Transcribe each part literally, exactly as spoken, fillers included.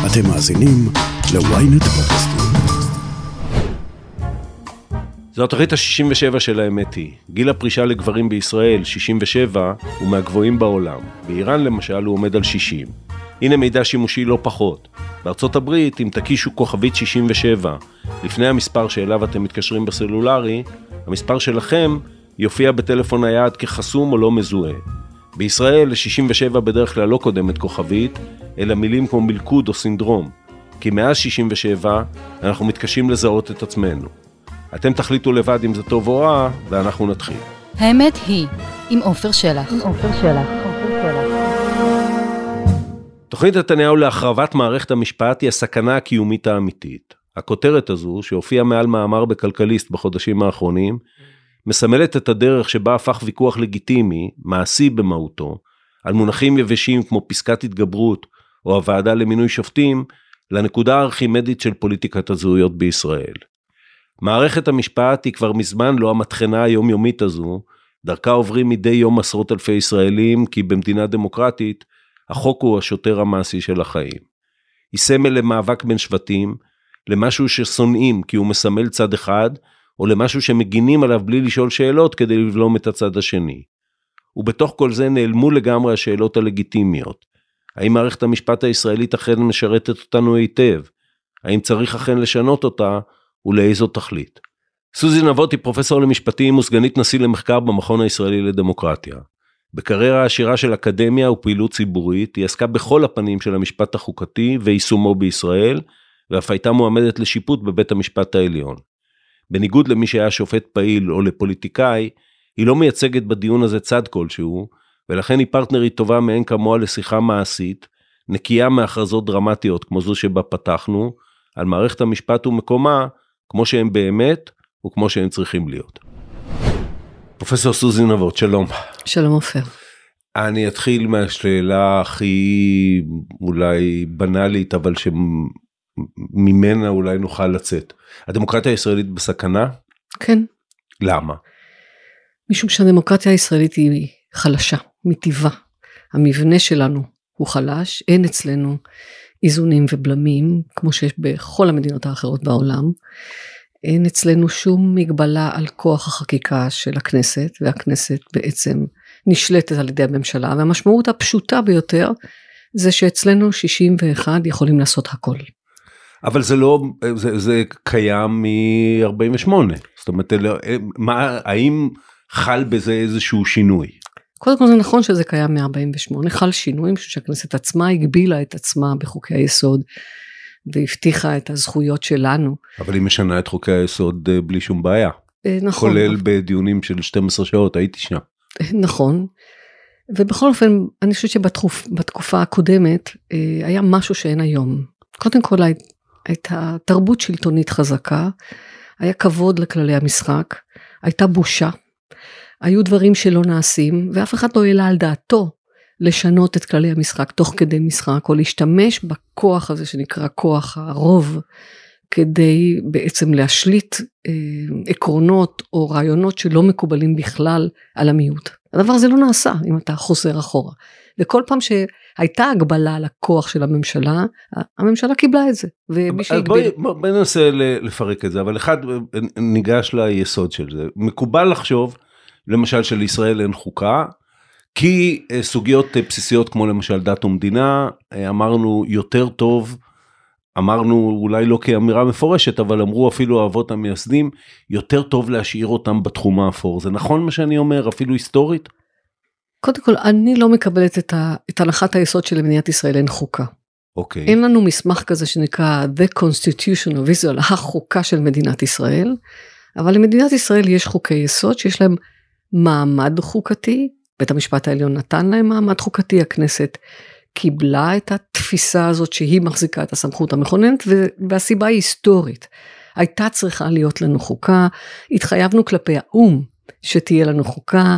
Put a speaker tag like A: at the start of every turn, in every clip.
A: אתם מאזינים ל-ynet פודקאסטים.
B: זו התוכנית ה-שישים ושבע של האמת היא. גיל הפרישה לגברים בישראל, שישים ושבע, הוא מהגבוהים בעולם. באיראן למשל הוא עומד על שישים. הנה מידע שימושי לא פחות. בארצות הברית, אם תקישו כוכבית שישים ושבע, לפני המספר שאליו אתם מתקשרים בסלולרי, המספר שלכם יופיע בטלפון היעד כחסום או לא מזוהה. בישראל ל-שישים ושבע בדרך כלל לא קודמת כוכבית, אלא מילים כמו מלכוד או סינדרום. כי מאז שישים ושבע אנחנו מתקשים לזהות את עצמנו. אתם תחליטו לבד אם זה טוב או רע, ואנחנו נתחיל.
C: האמת היא, עם עופר שלח. עם עופר שלח.
B: תוכנית נתניהו להחרבת מערכת המשפט היא הסכנה הקיומית האמיתית. הכותרת הזו, שהופיעה מעל מאמר בכלכליסט בחודשים האחרונים, מסמלת את הדרך שבה הפך ויכוח לגיטימי, מעשי במהותו, על מונחים יבשים כמו פסקת התגברות או הוועדה למינוי שופטים, לנקודה הארכימדית של פוליטיקת הזהויות בישראל. מערכת המשפט היא כבר מזמן לא המתחנה היומיומית הזו, דרכה עוברים מדי יום עשרות אלפי ישראלים, כי במדינה דמוקרטית, החוק הוא השוטר המעשי של החיים. היא סמל למאבק בין שבטים, למשהו ששונאים כי הוא מסמל צד אחד, או למשהו שמגינים עליו בלי לשאול שאלות כדי לבלום את הצד השני. ובתוך כל זה נעלמו לגמרי השאלות הלגיטימיות. האם מערכת המשפט הישראלית אכן משרתת אותנו היטב? האם צריך אכן לשנות אותה ולאיזו תכלית? סוזי נבות היא פרופסור למשפטים וסגנית נשיא למחקר במכון הישראלי לדמוקרטיה. בקריירה העשירה של אקדמיה ופעילות ציבורית, היא עסקה בכל הפנים של המשפט החוקתי ויישומו בישראל, ואף הייתה מועמדת לשיפוט בבית המשפט העליון. בניגוד למי שהיה שופט פעיל או לפוליטיקאי, היא לא מייצגת בדיון הזה צד כלשהו, ולכן היא פרטנרית טובה מאין כמוה לשיחה מעשית, נקייה מהכרזות דרמטיות כמו זו שבה פתחנו, על מערכת המשפט ומקומה, כמו שהם באמת וכמו שהם צריכים להיות. פרופסור סוזי נבות, שלום.
D: שלום עופר.
B: אני אתחיל מהשאלה הכי אולי בנאלית, אבל שממנה אולי נוכל לצאת. הדמוקרטיה הישראלית בסכנה?
D: כן.
B: למה?
D: משום שהדמוקרטיה הישראלית היא חלשה, מטבעה. המבנה שלנו הוא חלש, אין אצלנו איזונים ובלמים, כמו שיש בכל המדינות האחרות בעולם. אין אצלנו שום מגבלה על כוח החקיקה של הכנסת, והכנסת בעצם נשלטת על ידי הממשלה, והמשמעות הפשוטה ביותר, זה שאצלנו שישים ואחת יכולים לעשות הכל.
B: אבל זה לא, זה, זה קיים מ-ארבעים ושמונה, זאת אומרת, מה, האם חל בזה איזשהו שינוי?
D: קודם כל זה נכון שזה קיים מ-ארבעים ושמונה, חל שינוי, משום שהכנסת עצמה הגבילה את עצמה בחוקי היסוד, והבטיחה את הזכויות שלנו.
B: אבל היא משנה את חוקי היסוד בלי שום בעיה.
D: נכון.
B: כולל בדיונים של שתים עשרה שעות, הייתי שם.
D: נכון. ובכל אופן, אני חושבת שבתקופה הקודמת, היה משהו שאין היום. קודם כל, הייתה תרבות שלטונית חזקה, היה כבוד לכללי המשחק, הייתה בושה, היו דברים שלא נעשים, ואף אחד לא העלה על דעתו לשנות את כללי המשחק תוך כדי משחק, או להשתמש בכוח הזה שנקרא כוח הרוב, כדי בעצם להשליט אה, עקרונות או רעיונות שלא מקובלים בכלל על המיעוט. הדבר הזה לא נעשה אם אתה חוזר אחורה. וכל פעם שהייתה הגבלה על הכוח של הממשלה, הממשלה קיבלה את זה.
B: בואי, בואי ננסה לפרק את זה, אבל אחד ניגש ליסוד של זה. מקובל לחשוב, למשל שלישראל אין חוקה, כי סוגיות בסיסיות כמו למשל דת ומדינה, אמרנו יותר טוב, אמרנו אולי לא כאמירה מפורשת, אבל אמרו אפילו האבות המייסדים, יותר טוב להשאיר אותם בתחום האפור. זה נכון מה שאני אומר, אפילו היסטורית?
D: קודם כל, אני לא מקבלת את, ה, את הנחת היסוד של מדינת ישראל אין חוקה.
B: אוקיי.
D: אין לנו מסמך כזה שנקרא The Constitution of Israel, החוקה של מדינת ישראל, אבל למדינת ישראל יש חוקי יסוד שיש להם מעמד חוקתי, בית המשפט העליון נתן להם מעמד חוקתי, הכנסת קיבלה את התפיסה הזאת שהיא מחזיקה את הסמכות המכוננת, והסיבה היא היסטורית. הייתה צריכה להיות לנו חוקה, התחייבנו כלפי האום שתהיה לנו חוקה,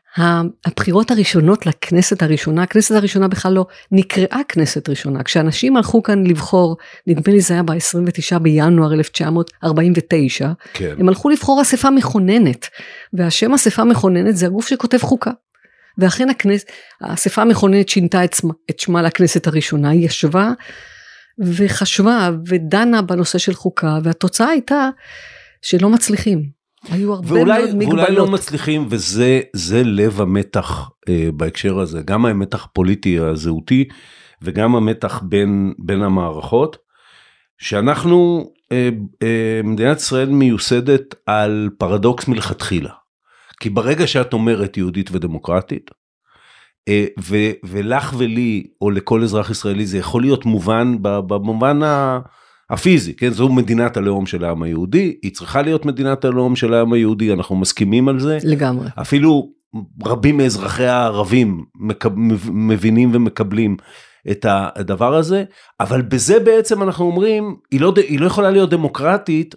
D: הבחירות הראשונות לכנסת הראשונה, הכנסת הראשונה בכלל לא נקראה כנסת ראשונה, כשאנשים הלכו כאן לבחור, נדמה לי זה היה ב-עשרים ותשעה בינואר אלף תשע מאות ארבעים ותשע, כן. הם הלכו לבחור אספה מכוננת, והשם אספה מכוננת זה הגוף שכותב חוקה, ואכן הכנסת, האספה המכוננת שינתה את שמה, את שמה לכנסת הראשונה, היא ישבה וחשבה ודנה בנושא של חוקה, והתוצאה הייתה שלא מצליחים. היו הרבה
B: ואולי,
D: מאוד מגבלות.
B: ואולי לא מצליחים, וזה זה לב המתח אה, בהקשר הזה, גם המתח הפוליטי הזהותי, וגם המתח בין, בין המערכות, שאנחנו, אה, אה, מדינת ישראל מיוסדת על פרדוקס מלכתחילה. כי ברגע שאת אומרת יהודית ודמוקרטית, אה, ו, ולך ולי, או לכל אזרח ישראלי, זה יכול להיות מובן, במובן ה... הפיזי, כן, זו מדינת הלאום של העם היהודי, היא צריכה להיות מדינת הלאום של העם היהודי, אנחנו מסכימים על זה.
D: לגמרי.
B: אפילו רבים מאזרחי הערבים מבינים ומקבלים את הדבר הזה, אבל בזה בעצם אנחנו אומרים, היא לא, היא לא יכולה להיות דמוקרטית,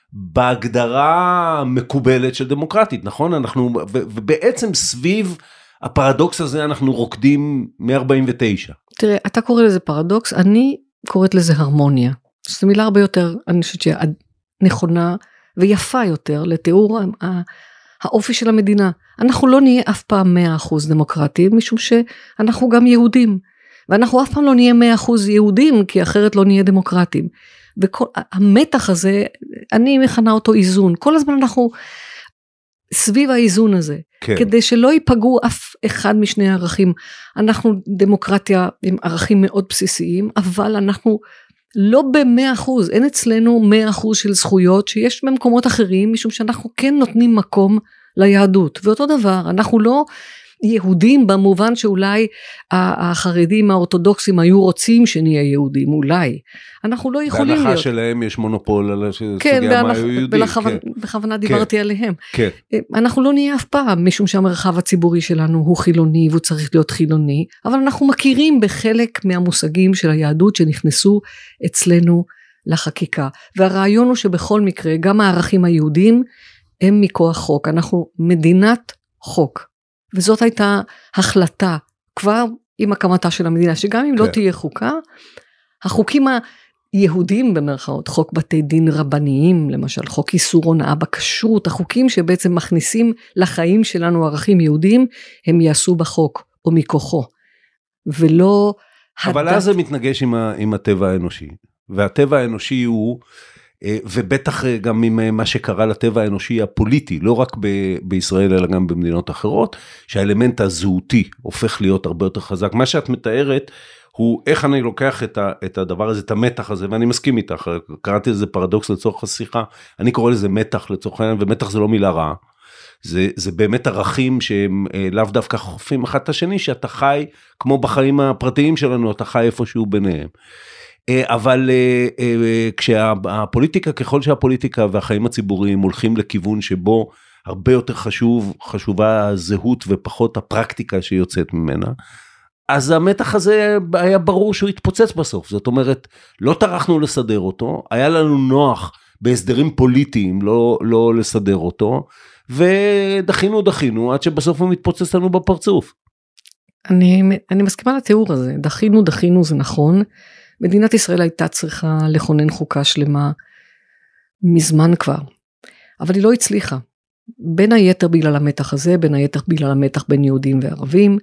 B: בהגדרה מקובלת של דמוקרטית, נכון? אנחנו, ובעצם סביב הפרדוקס הזה אנחנו רוקדים מ-ארבעים ותשע.
D: תראה, אתה קורא לזה פרדוקס, אני קוראת לזה הרמוניה. זו מילה הרבה יותר, אני חושבת שהיא נכונה ויפה יותר לתיאור האופי של המדינה. אנחנו לא נהיה אף פעם מאה אחוז דמוקרטיים, משום שאנחנו גם יהודים, ואנחנו אף פעם לא נהיה מאה אחוז יהודים, כי אחרת לא נהיה דמוקרטיים. והמתח הזה, אני מכנה אותו איזון, כל הזמן אנחנו סביב האיזון הזה, כן. כדי שלא ייפגעו אף אחד משני הערכים. אנחנו דמוקרטיה עם ערכים מאוד בסיסיים, אבל אנחנו לא במאה אחוז, אין אצלנו מאה אחוז של זכויות שיש במקומות אחרים, משום שאנחנו כן נותנים מקום ליהדות, ואותו דבר, אנחנו לא יהודים במובן שאולי החרדים האורתודוקסים היו רוצים שנהיה יהודים, אולי, אנחנו לא יכולים להיות.
B: בהנחה שלהם יש מונופול על סוגיה
D: כן,
B: מה היו יהודים.
D: כן, בכוונה דיברתי
B: כן.
D: עליהם.
B: כן.
D: אנחנו לא נהיה אף פעם, משום שהמרחב הציבורי שלנו הוא חילוני, והוא צריך להיות חילוני, אבל אנחנו מכירים בחלק מהמושגים של היהדות שנכנסו אצלנו לחקיקה, והרעיון הוא שבכל מקרה, גם הערכים היהודים הם מכוח חוק, אנחנו מדינת חוק. וזאת הייתה החלטה, כבר עם הקמתה של המדינה, שגם אם כן. לא תהיה חוקה, החוקים היהודים במרכאות, חוק בתי דין רבניים, למשל חוק איסור הונאה בכשרות, החוקים שבעצם מכניסים לחיים שלנו ערכים יהודים, הם יעשו בחוק או מכוחו, ולא...
B: אבל הדת... אז זה מתנגש עם, ה, עם הטבע האנושי, והטבע האנושי הוא... ובטח גם עם מה שקרה לטבע האנושי הפוליטי, לא רק ב- בישראל אלא גם במדינות אחרות, שהאלמנט הזהותי הופך להיות הרבה יותר חזק. מה שאת מתארת הוא איך אני לוקח את, ה- את הדבר הזה, את המתח הזה, ואני מסכים איתך, קראתי לזה פרדוקס לצורך השיחה, אני קורא לזה מתח לצורך העניין, ומתח זה לא מילה רעה, זה, זה באמת ערכים שהם לאו דווקא חופים אחד את השני, שאתה חי כמו בחיים הפרטיים שלנו, אתה חי איפשהו ביניהם. אבל כשהפוליטיקה, ככל שהפוליטיקה והחיים הציבוריים הולכים לכיוון שבו הרבה יותר חשוב, חשובה הזהות ופחות הפרקטיקה שיוצאת ממנה, אז המתח הזה היה ברור שהוא התפוצץ בסוף, זאת אומרת, לא טרחנו לסדר אותו, היה לנו נוח בהסדרים פוליטיים לא, לא לסדר אותו, ודחינו דחינו עד שבסוף הוא מתפוצץ לנו בפרצוף.
D: אני, אני מסכימה לתיאור הזה, דחינו דחינו זה נכון, מדינת ישראל הייתה צריכה לכונן חוקה שלמה מזמן כבר, אבל היא לא הצליחה, בין היתר בגלל המתח הזה, בין היתר בגלל המתח בין יהודים וערבים,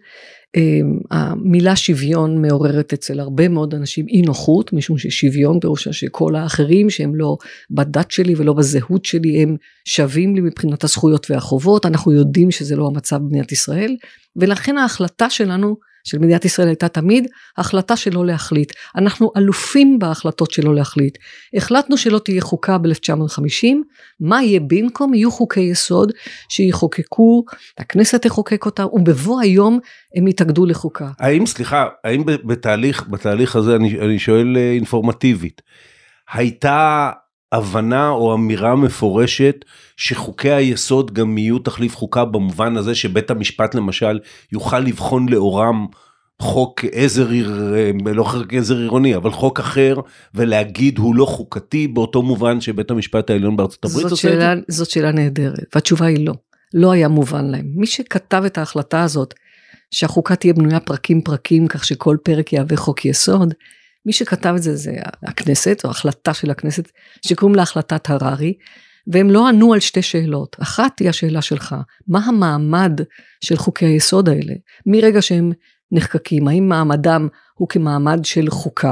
D: המילה שוויון מעוררת אצל הרבה מאוד אנשים אי נוחות, משום ששוויון פירושה שכל האחרים שהם לא בדת שלי ולא בזהות שלי, הם שווים לי מבחינת הזכויות והחובות, אנחנו יודעים שזה לא המצב במדינת ישראל, ולכן ההחלטה שלנו, של מדינת ישראל הייתה תמיד, החלטה שלא להחליט. אנחנו אלופים בהחלטות שלא להחליט. החלטנו שלא תהיה חוקה ב-אלף תשע מאות וחמישים, מה יהיה במקום? יהיו חוקי יסוד שיחוקקו, הכנסת תחוקק אותה, ובבוא היום הם יתאגדו לחוקה.
B: האם, סליחה, האם בתהליך, בתהליך הזה, אני, אני שואל אינפורמטיבית, הייתה הבנה או אמירה מפורשת שחוקי היסוד גם יהיו תחליף חוקה במובן הזה שבית המשפט למשל יוכל לבחון לאורם חוק עזר, לא חוק עזר עירוני, אבל חוק אחר ולהגיד הוא לא חוקתי באותו מובן שבית המשפט העליון בארצות הברית עושה את זה?
D: זאת שאלה נהדרת, והתשובה היא לא. לא היה מובן להם. מי שכתב את ההחלטה הזאת שהחוקה תהיה בנויה פרקים פרקים כך שכל פרק יהווה חוק יסוד, מי שכתב את זה זה הכנסת, או החלטה של הכנסת, שקוראים לה החלטת הררי, והם לא ענו על שתי שאלות. אחת היא השאלה שלך, מה המעמד של חוקי היסוד האלה? מרגע שהם נחקקים, האם מעמדם הוא כמעמד של חוקה,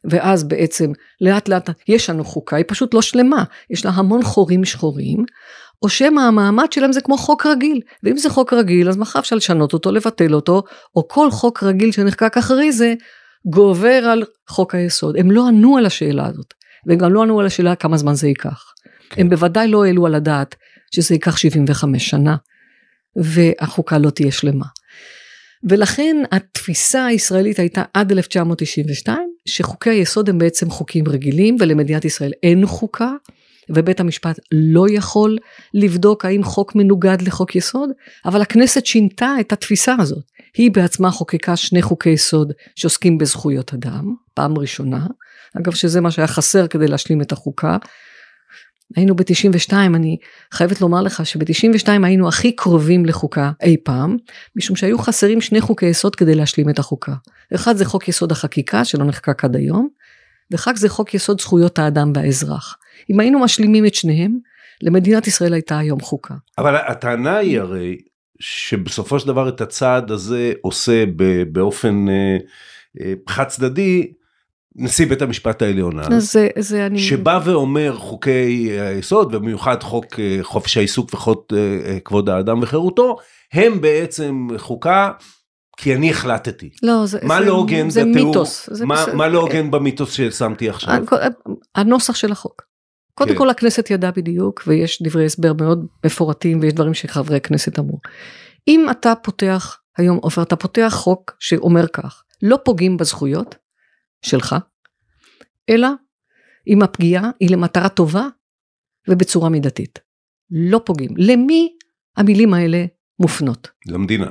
D: ואז בעצם לאט לאט יש לנו חוקה, היא פשוט לא שלמה, יש לה המון חורים שחורים, או שמא המעמד שלהם זה כמו חוק רגיל, ואם זה חוק רגיל, אז מחר אפשר לשנות אותו, לבטל אותו, או כל חוק רגיל שנחקק אחרי זה, גובר על חוק היסוד. הם לא ענו על השאלה הזאת, והם גם לא ענו על השאלה כמה זמן זה ייקח. כן. הם בוודאי לא העלו על הדעת, שזה ייקח שבעים וחמש שנה, והחוקה לא תהיה שלמה. ולכן התפיסה הישראלית הייתה עד אלף תשע מאות תשעים ושתיים, שחוקי היסוד הם בעצם חוקים רגילים, ולמדינת ישראל אין חוקה, ובית המשפט לא יכול לבדוק האם חוק מנוגד לחוק יסוד, אבל הכנסת שינתה את התפיסה הזאת. היא בעצמה חוקקה שני חוקי יסוד שעוסקים בזכויות אדם, פעם ראשונה, אגב שזה מה שהיה חסר כדי להשלים את החוקה, היינו ב-תשעים ושתיים, אני חייבת לומר לך שב-תשעים ושתיים היינו הכי קרובים לחוקה אי פעם, משום שהיו חסרים שני חוקי יסוד כדי להשלים את החוקה. אחד זה חוק יסוד החקיקה שלא נחקק עד היום, ואחד זה חוק יסוד זכויות האדם והאזרח. אם היינו משלימים את שניהם, למדינת ישראל הייתה היום חוקה.
B: אבל הטענה היא הרי, שבסופו של דבר את הצעד הזה עושה באופן חד צדדי, נשיא בית המשפט העליון,
D: זה, זה אני...
B: שבא ואומר חוקי היסוד, במיוחד חוק חופש העיסוק וחוק כבוד האדם וחירותו, הם בעצם חוקה, כי אני החלטתי.
D: לא, זה,
B: מה
D: זה,
B: לא הוגן
D: זה
B: בתיאור,
D: מיתוס. זה
B: מה,
D: בסדר.
B: מה לא הוגן במיתוס ששמתי עכשיו?
D: הנוסח של החוק. קודם
B: כן.
D: כל הכנסת ידעה בדיוק, ויש דברי הסבר מאוד מפורטים, ויש דברים שחברי הכנסת אמרו. אם אתה פותח, היום עופר, אתה פותח חוק שאומר כך, לא פוגעים בזכויות שלך, אלא אם הפגיעה היא למטרה טובה, ובצורה מידתית. לא פוגעים. למי המילים האלה מופנות?
B: למדינה.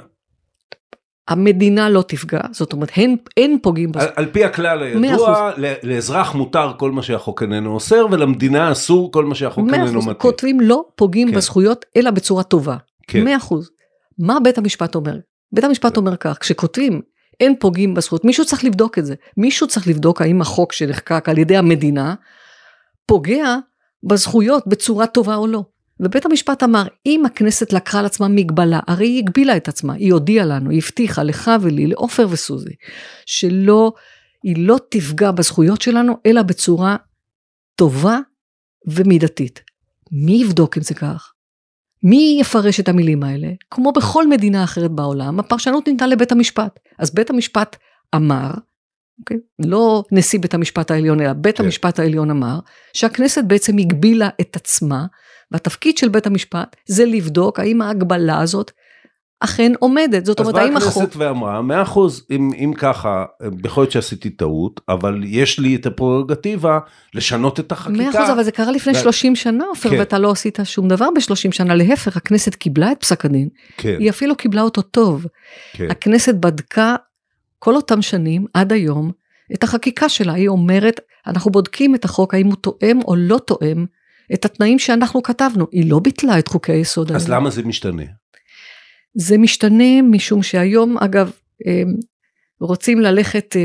D: המדינה לא תפגע, זאת אומרת, אין, אין פוגעים בזכויות.
B: על, על פי הכלל הידוע, לאזרח מותר כל מה שהחוק איננו אוסר, ולמדינה אסור כל מה שהחוק איננו מתיר.
D: כותבים לא פוגעים
B: כן.
D: בזכויות, אלא בצורה טובה.
B: כן.
D: מאה אחוז. מה בית המשפט אומר? בית המשפט אומר כך, כשכותבים אין פוגעים בזכויות, מישהו צריך לבדוק את זה. מישהו צריך לבדוק האם החוק שנחקק על ידי המדינה, פוגע בזכויות בצורה טובה או לא. ובית המשפט אמר, אם הכנסת לקחה על עצמה מגבלה, הרי היא הגבילה את עצמה, היא הודיעה לנו, היא הבטיחה לך ולי, לעופר וסוזי, שלא, היא לא תפגע בזכויות שלנו, אלא בצורה טובה ומידתית. מי יבדוק אם זה כך? מי יפרש את המילים האלה? כמו בכל מדינה אחרת בעולם, הפרשנות ניתנה לבית המשפט. אז בית המשפט אמר, okay, לא נשיא בית המשפט העליון, אלא בית okay. המשפט העליון אמר, שהכנסת בעצם הגבילה את עצמה, והתפקיד של בית המשפט זה לבדוק האם ההגבלה הזאת אכן עומדת. זאת אומרת, האם החוק... אז באה הכנסת
B: ואמרה, מאה אחוז, אם, אם ככה, בכל זאת שעשיתי טעות, אבל יש לי את הפררוגטיבה לשנות את החקיקה.
D: מאה אחוז, אבל זה קרה לפני ו... שלושים שנה, עופר, כן. ואתה לא עשית שום דבר ב-שלושים שנה, להפך, הכנסת קיבלה את פסק הדין, כן. היא אפילו קיבלה אותו טוב. כן. הכנסת בדקה כל אותם שנים, עד היום, את החקיקה שלה, היא אומרת, אנחנו בודקים את החוק, האם הוא תואם או לא תואם, את התנאים שאנחנו כתבנו, היא לא ביטלה את חוקי היסוד.
B: אז למה זה משתנה?
D: זה משתנה משום שהיום, אגב, רוצים ללכת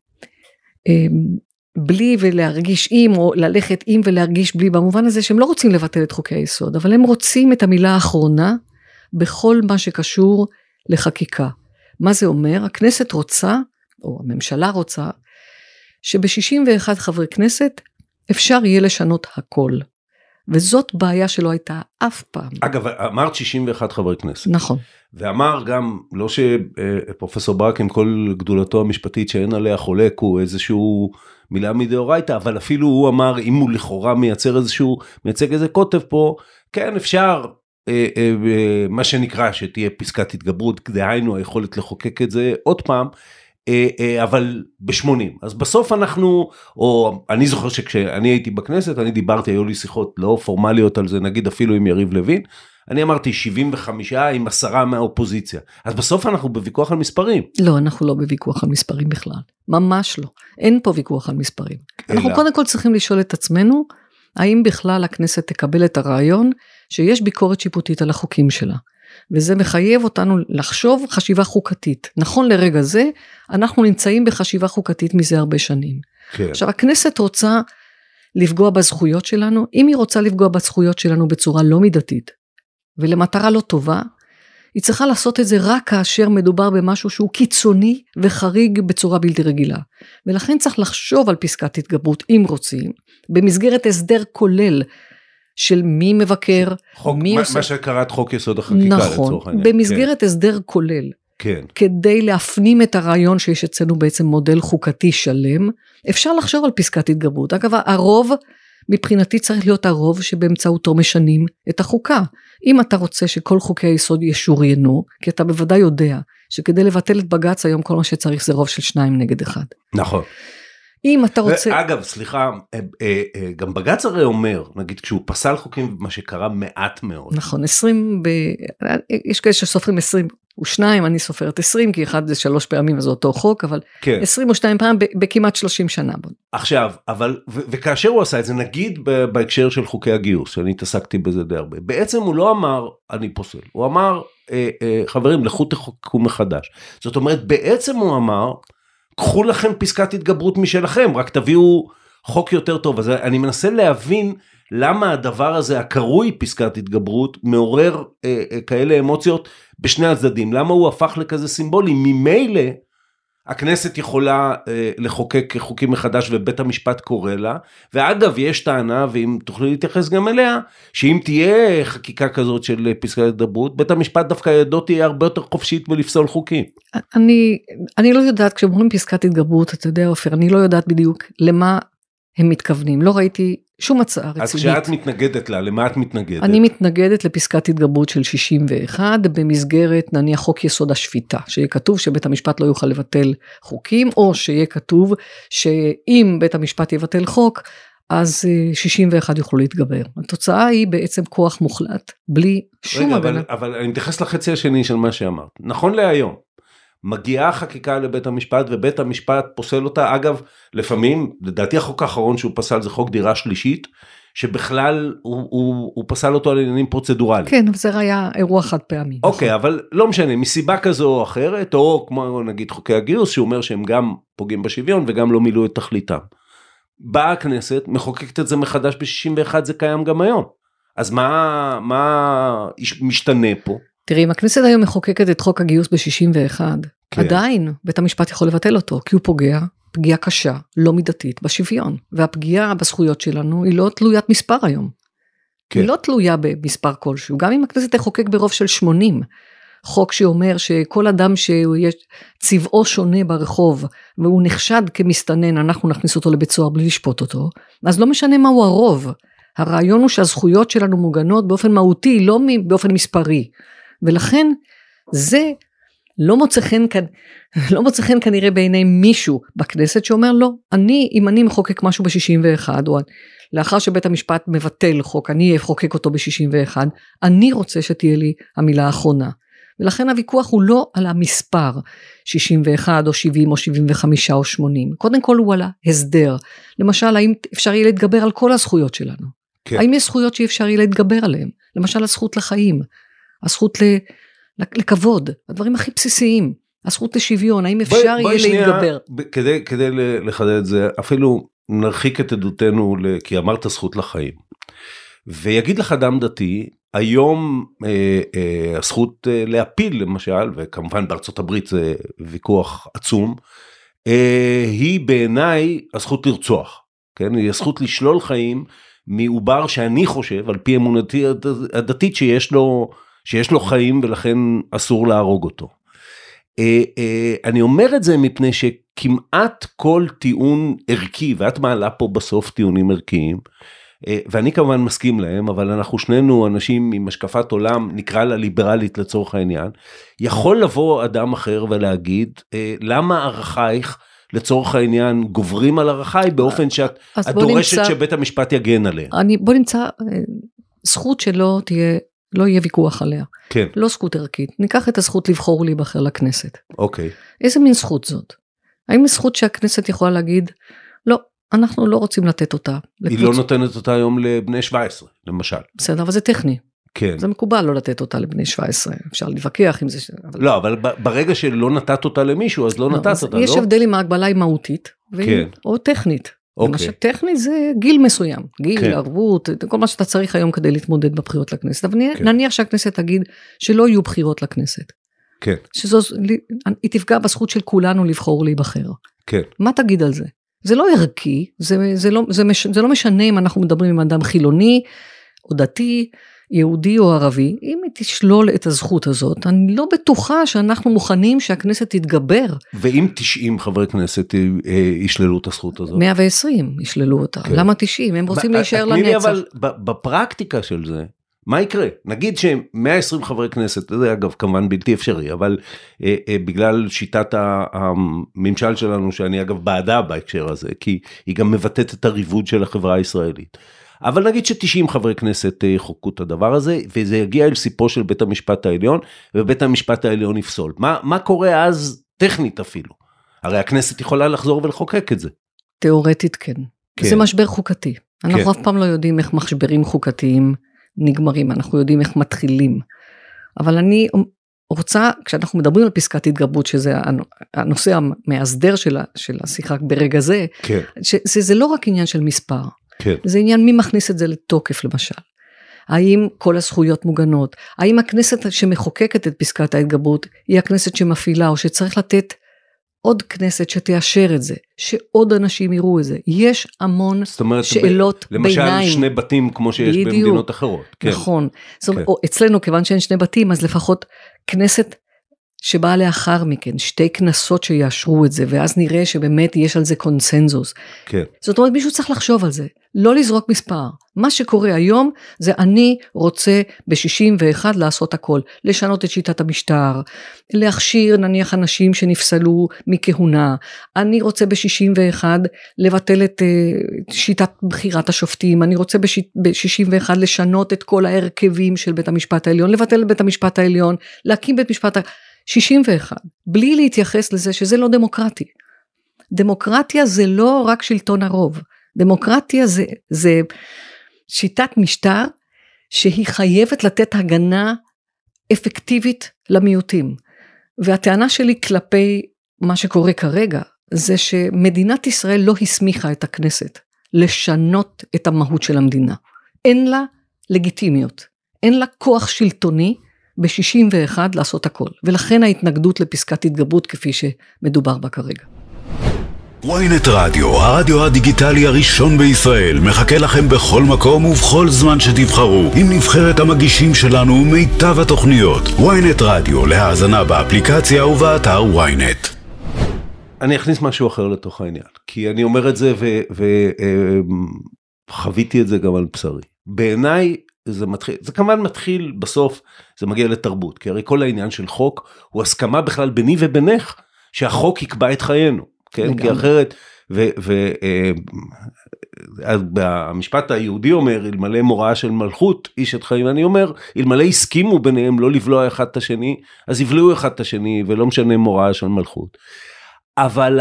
D: בלי ולהרגיש עם, או ללכת עם ולהרגיש בלי, במובן הזה שהם לא רוצים לבטל את חוקי היסוד, אבל הם רוצים את המילה האחרונה, בכל מה שקשור לחקיקה. מה זה אומר? הכנסת רוצה, או הממשלה רוצה, שב-שישים ואחד חברי כנסת, אפשר יהיה לשנות הכל. וזאת בעיה שלא הייתה אף פעם.
B: אגב, אמרת שישים ואחד חברי כנסת.
D: נכון.
B: ואמר גם, לא שפרופסור ברק עם כל גדולתו המשפטית שאין עליה חולק, הוא איזשהו מילה מדאורייתא, אבל אפילו הוא אמר, אם הוא לכאורה מייצר איזשהו, מייצג איזה כותב פה, כן אפשר, אה, אה, מה שנקרא, שתהיה פסקת התגברות, דהיינו היכולת לחוקק את זה עוד פעם, אבל ב-שמונים. אז בסוף אנחנו, או אני זוכר שכשאני הייתי בכנסת, אני דיברתי, היו לי שיחות לא פורמליות על זה, נגיד אפילו עם יריב לוין, אני אמרתי שבעים וחמישה עם עשרה מהאופוזיציה. אז בסוף אנחנו בוויכוח על מספרים.
D: לא, אנחנו לא בוויכוח על מספרים בכלל. ממש לא. אין פה ויכוח על מספרים. אלא... אנחנו קודם כל צריכים לשאול את עצמנו, האם בכלל הכנסת תקבל את הרעיון, שיש ביקורת שיפוטית על החוקים שלה. וזה מחייב אותנו לחשוב חשיבה חוקתית. נכון לרגע זה, אנחנו נמצאים בחשיבה חוקתית מזה הרבה שנים. כן. עכשיו, הכנסת רוצה לפגוע בזכויות שלנו, אם היא רוצה לפגוע בזכויות שלנו בצורה לא מידתית, ולמטרה לא טובה, היא צריכה לעשות את זה רק כאשר מדובר במשהו שהוא קיצוני וחריג בצורה בלתי רגילה. ולכן צריך לחשוב על פסקת התגברות, אם רוצים, במסגרת הסדר כולל של מי מבקר,
B: חוק,
D: מי
B: מה,
D: עושה...
B: מה שקראת חוק יסוד החקיקה
D: נכון,
B: לצורך העניין.
D: במסגרת כן. הסדר כולל.
B: כן.
D: כדי להפנים את הרעיון שיש אצלנו בעצם מודל חוקתי שלם, אפשר לחשוב על פסקת התגברות. אגב, הרוב מבחינתי צריך להיות הרוב שבאמצעותו משנים את החוקה. אם אתה רוצה שכל חוקי היסוד ישוריינו, כי אתה בוודאי יודע שכדי לבטל את בג"ץ היום כל מה שצריך זה רוב של שניים נגד אחד.
B: נכון.
D: אם אתה רוצה...
B: אגב, סליחה, גם בג"ץ הרי אומר, נגיד כשהוא פסל חוקים, מה שקרה מעט מאוד.
D: נכון, עשרים, ב... יש כאלה שסופרים עשרים ושניים, אני סופרת עשרים, כי אחד זה שלוש פעמים, אז זה אותו חוק, אבל כן. עשרים ושתיים פעם בכמעט שלושים שנה.
B: עכשיו, אבל, ו- וכאשר הוא עשה את זה, נגיד בהקשר של חוקי הגיוס, שאני התעסקתי בזה די הרבה, בעצם הוא לא אמר, אני פוסל, הוא אמר, אה, אה, חברים, לכו תחוקקו מחדש. זאת אומרת, בעצם הוא אמר, קחו לכם פסקת התגברות משלכם, רק תביאו חוק יותר טוב. אז אני מנסה להבין למה הדבר הזה, הקרוי פסקת התגברות, מעורר אה, אה, כאלה אמוציות בשני הצדדים. למה הוא הפך לכזה סימבולי? ממילא הכנסת יכולה אה, לחוקק חוקים מחדש ובית המשפט קורא לה, ואגב יש טענה, ואם תוכלי להתייחס גם אליה, שאם תהיה חקיקה כזאת של פסקת התגברות, בית המשפט דווקא ידו תהיה הרבה יותר חופשית ולפסול חוקים.
D: אני, אני לא יודעת, כשאומרים פסקת התגברות, אתה יודע אופיר, אני לא יודעת בדיוק למה הם מתכוונים, לא ראיתי שום הצעה רצינית.
B: אז כשאת מתנגדת לה, למה את מתנגדת?
D: אני מתנגדת לפסקת התגברות של שישים ואחת, במסגרת נניח חוק יסוד השפיטה, שיהיה כתוב שבית המשפט לא יוכל לבטל חוקים, או שיהיה כתוב שאם בית המשפט יבטל חוק, אז שישים ואחת יוכלו להתגבר. התוצאה היא בעצם כוח מוחלט, בלי שום
B: רגע,
D: הגנה.
B: אבל, אבל אני מתייחס לחצי השני של מה שאמרת. נכון להיום, מגיעה חקיקה לבית המשפט, ובית המשפט פוסל אותה. אגב, לפעמים, לדעתי החוק האחרון שהוא פסל, זה חוק דירה שלישית, שבכלל הוא, הוא, הוא פסל אותו על עניינים פרוצדורליים.
D: כן, אבל זה היה אירוע חד פעמי.
B: אוקיי,
D: נכון.
B: אבל לא משנה, מסיבה כזו או אחרת, או כמו נגיד חוקי הגיוס, שאומר שהם גם פוגעים בשוויון, וגם לא מילאו את תכליתם. באה הכנסת, מחוקקת את זה מחדש ב-שישים ואחת, זה קיים גם היום. אז מה, מה משתנה פה?
D: תראי, אם הכנסת היום מחוקקת את חוק הגיוס ב-שישים ואחת, כן. עדיין בית המשפט יכול לבטל אותו, כי הוא פוגע, פגיעה קשה, לא מידתית, בשוויון. והפגיעה בזכויות שלנו היא לא תלוית מספר היום. כן. היא לא תלויה במספר כלשהו. גם אם הכנסת תחוקק ברוב של שמונים, חוק שאומר שכל אדם שיש צבעו שונה ברחוב, והוא נחשד כמסתנן, אנחנו נכניס אותו לבית סוהר בלי לשפוט אותו, אז לא משנה מהו הרוב. הרעיון הוא שהזכויות שלנו מוגנות באופן מהותי, לא באופן מספרי. ולכן זה לא מוצא חן כאן, לא מוצא חן כנראה בעיני מישהו בכנסת שאומר לא, אני, אם אני מחוקק משהו ב-שישים ואחת, או לאחר שבית המשפט מבטל חוק, אני אחוקק אותו ב-שישים ואחת, אני רוצה שתהיה לי המילה האחרונה. ולכן הוויכוח הוא לא על המספר, שישים ואחת או שבעים או שבעים וחמש או שמונים, קודם כל הוא על ההסדר. למשל, האם אפשר יהיה להתגבר על כל הזכויות שלנו? כן. האם יש זכויות שאפשר יהיה להתגבר עליהן? למשל, הזכות לחיים, הזכות לכבוד, הדברים הכי בסיסיים, הזכות לשוויון, האם אפשר יהיה להתגבר?
B: כדי, כדי לחדד את זה, אפילו נרחיק את עדותנו, כי אמרת זכות לחיים. ויגיד לך אדם דתי, היום אה, אה, הזכות אה, להפיל למשל, וכמובן בארצות הברית זה ויכוח עצום, אה, היא בעיניי הזכות לרצוח, כן? היא הזכות לשלול חיים מעובר שאני חושב, על פי אמונתי הדתית, שיש לו, שיש לו חיים ולכן אסור להרוג אותו. אה, אה, אני אומר את זה מפני שכמעט כל טיעון ערכי, ואת מעלה פה בסוף טיעונים ערכיים, ואני כמובן מסכים להם, אבל אנחנו שנינו אנשים עם השקפת עולם, נקרא לה ליברלית לצורך העניין, יכול לבוא אדם אחר ולהגיד, למה ערכייך לצורך העניין גוברים על ערכי, באופן שאת דורשת נמצא, שבית המשפט יגן עליה.
D: אני, בוא נמצא זכות שלא תהיה, לא יהיה ויכוח עליה.
B: כן.
D: לא זכות ערכית. ניקח את הזכות לבחור ולהיבחר לכנסת.
B: אוקיי.
D: איזה מין זכות זאת? האם זכות שהכנסת יכולה להגיד, לא, אנחנו לא רוצים לתת אותה.
B: היא לא נותנת אותה היום לבני שבע עשרה, למשל.
D: בסדר, אבל זה טכני.
B: כן.
D: זה מקובל לא לתת אותה לבני שבע עשרה, אפשר להתווכח עם זה.
B: לא, אבל ברגע שלא נתת אותה למישהו, אז לא נתת אותה, לא?
D: יש הבדל אם ההגבלה היא מהותית, או טכנית.
B: אוקיי.
D: מה שטכני זה גיל מסוים, גיל,
B: כן.
D: ערבות, כל מה שאתה צריך היום כדי להתמודד בבחירות לכנסת. אבל
B: כן.
D: נניח שהכנסת תגיד שלא יהיו בחירות לכנסת.
B: כן.
D: שזו, היא תפגע בזכות של כולנו לבחור ולהיבחר.
B: כן.
D: מה תגיד על זה? זה לא ערכי, זה, זה, לא, זה, מש, זה לא משנה אם אנחנו מדברים עם אדם חילוני, או דתי, יהודי או ערבי, אם היא תשלול את הזכות הזאת, אני לא בטוחה שאנחנו מוכנים שהכנסת תתגבר.
B: ואם תשעים חברי כנסת ישללו את הזכות הזאת?
D: מאה ועשרים ישללו אותה.
B: כן.
D: למה תשעים? הם רוצים להישאר לנצח.
B: תני לי אבל בפרקטיקה של זה, מה יקרה? נגיד ש-מאה ועשרים חברי כנסת, זה אגב כמובן בלתי אפשרי, אבל אה, אה, בגלל שיטת הממשל שלנו, שאני אגב בעדה בהקשר הזה, כי היא גם מבטאת את הריבוד של החברה הישראלית. אבל נגיד ש-תשעים חברי כנסת יחוקקו את הדבר הזה, וזה יגיע אל סיפו של בית המשפט העליון, ובית המשפט העליון יפסול. מה, מה קורה אז טכנית אפילו? הרי הכנסת יכולה לחזור ולחוקק את זה.
D: תיאורטית כן.
B: כן.
D: זה משבר חוקתי. אנחנו
B: כן.
D: אף פעם לא יודעים איך משברים חוקתיים נגמרים, אנחנו יודעים איך מתחילים. אבל אני רוצה, כשאנחנו מדברים על פסקת התגברות, שזה הנושא המאסדר של, של השיחה ברגע זה,
B: כן.
D: שזה זה לא רק עניין של מספר,
B: כן.
D: זה עניין מי מכניס את זה לתוקף למשל. האם כל הזכויות מוגנות? האם הכנסת שמחוקקת את פסקת ההתגברות, היא הכנסת שמפעילה, או שצריך לתת עוד כנסת שתאשר את זה, שעוד אנשים יראו את זה. יש המון
B: אומרת,
D: שאלות
B: ב-
D: ביניים.
B: למשל שני בתים כמו שיש
D: בדיוק.
B: במדינות אחרות. כן.
D: נכון. זאת,
B: כן.
D: או, אצלנו כיוון שאין שני בתים, אז לפחות כנסת שבאה לאחר מכן, שתי כנסות שיאשרו את זה, ואז נראה שבאמת יש על זה קונסנזוס.
B: כן.
D: זאת אומרת, מישהו צריך לחשוב על זה, לא לזרוק מספר. מה שקורה היום, זה אני רוצה ב-שישים ואחת לעשות הכל, לשנות את שיטת המשטר, להכשיר נניח אנשים שנפסלו מכהונה, אני רוצה ב-שישים ואחת לבטל את uh, שיטת בחירת השופטים, אני רוצה ב-שישים ואחת לשנות את כל ההרכבים של בית המשפט העליון, לבטל את בית המשפט העליון, להקים בית משפט העליון, שישים ואחת, בלי להתייחס לזה שזה לא דמוקרטי. דמוקרטיה זה לא רק שלטון הרוב, דמוקרטיה זה, זה שיטת משטר שהיא חייבת לתת הגנה אפקטיבית למיעוטים. והטענה שלי כלפי מה שקורה כרגע, זה שמדינת ישראל לא הסמיכה את הכנסת לשנות את המהות של המדינה. אין לה לגיטימיות, אין לה כוח שלטוני, ב-שישים ואחת לעשות הכל, ולכן ההתנגדות לפסקת התגברות כפי שמדובר בה כרגע.
A: וויינט רדיו, הרדיו הדיגיטלי הראשון בישראל, מחכה לכם בכל מקום ובכל זמן שתבחרו, עם נבחרת המגישים שלנו ומיטב התוכניות. וויינט רדיו, להאזנה באפליקציה ובאתר וויינט.
B: אני אכניס משהו אחר לתוך העניין, כי אני אומר את זה וחוויתי את זה גם על בשרי. בעיניי, זה מתחיל, זה כמובן מתחיל בסוף, זה מגיע לתרבות, כי הרי כל העניין של חוק, הוא הסכמה בכלל ביני ובינך, שהחוק יקבע את חיינו, כן? כי אחרת, והמשפט היהודי אומר, אלמלא מוראה של מלכות, איש את חיים, אני אומר, אלמלא הסכימו ביניהם לא לבלוע אחד את השני, אז יבלעו אחד את השני, ולא משנה מוראה של מלכות. אבל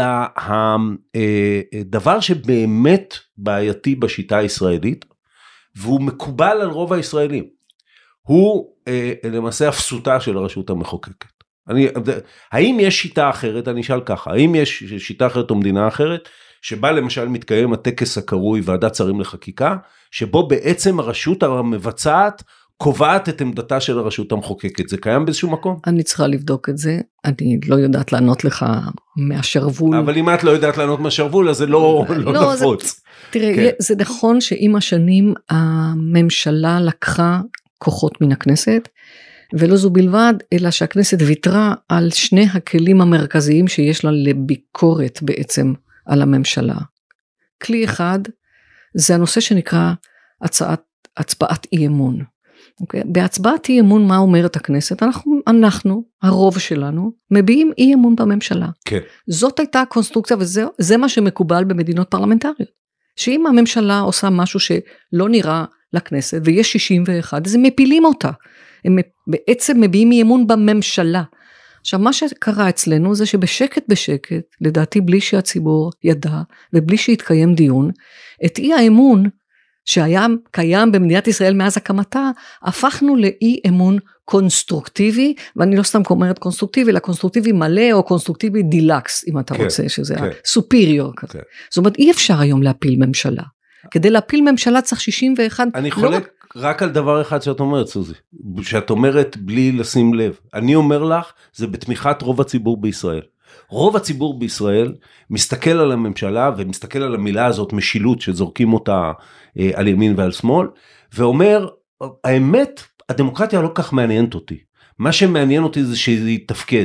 B: הדבר שבאמת בעייתי בשיטה הישראלית, והוא מקובל על רוב הישראלים, הוא אה, למעשה הפסותה של הרשות המחוקקת. אני, האם יש שיטה אחרת, אני אשאל ככה, האם יש שיטה אחרת או מדינה אחרת, שבה למשל מתקיים הטקס הקרוי ועדת שרים לחקיקה, שבו בעצם הרשות המבצעת קובעת את עמדתה של הרשות המחוקקת, זה קיים באיזשהו מקום?
D: אני צריכה לבדוק את זה, אני לא יודעת לענות לך מהשרוול.
B: אבל אם את לא יודעת לענות מהשרוול, אז זה לא, לא, לא נפוץ.
D: זה, תראה,
B: כן.
D: זה נכון שעם השנים הממשלה לקחה כוחות מן הכנסת, ולא זו בלבד, אלא שהכנסת ויתרה על שני הכלים המרכזיים שיש לה לביקורת בעצם על הממשלה. כלי אחד, זה הנושא שנקרא הצעת, הצבעת אי אמון. Okay. בהצבעת אי אמון, מה אומרת הכנסת? אנחנו, אנחנו, הרוב שלנו, מביעים אי אמון בממשלה.
B: כן.
D: זאת הייתה הקונסטרוקציה, וזה זה מה שמקובל במדינות פרלמנטריות. שאם הממשלה עושה משהו שלא נראה לכנסת, ויש שישים ואחת, אז הם מפילים אותה. הם בעצם מביעים אי אמון בממשלה. עכשיו, מה שקרה אצלנו, זה שבשקט בשקט, לדעתי בלי שהציבור ידע, ובלי שהתקיים דיון, את אי האמון, שהיה קיים במדינת ישראל מאז הקמתה, הפכנו לאי אמון קונסטרוקטיבי, ואני לא סתם אומרת קונסטרוקטיבי, אלא קונסטרוקטיבי מלא, או קונסטרוקטיבי דילקס, אם אתה כן, רוצה, שזה כן. הסופיריור כזה. כן. זאת אומרת, אי אפשר היום להפיל ממשלה. כדי להפיל ממשלה צריך שישים ואחת.
B: אני חולק לא... רק על דבר אחד שאת אומרת, סוזי, שאת אומרת בלי לשים לב. אני אומר לך, זה בתמיכת רוב הציבור בישראל. רוב הציבור בישראל מסתכל על הממשלה, ומסתכל על המילה הזאת, משילות, שזורקים אותה אה, על ימין ועל שמאל, ואומר, האמת, הדמוקרטיה לא כך מעניינת אותי. מה שמעניין אותי זה שזה יתפקד,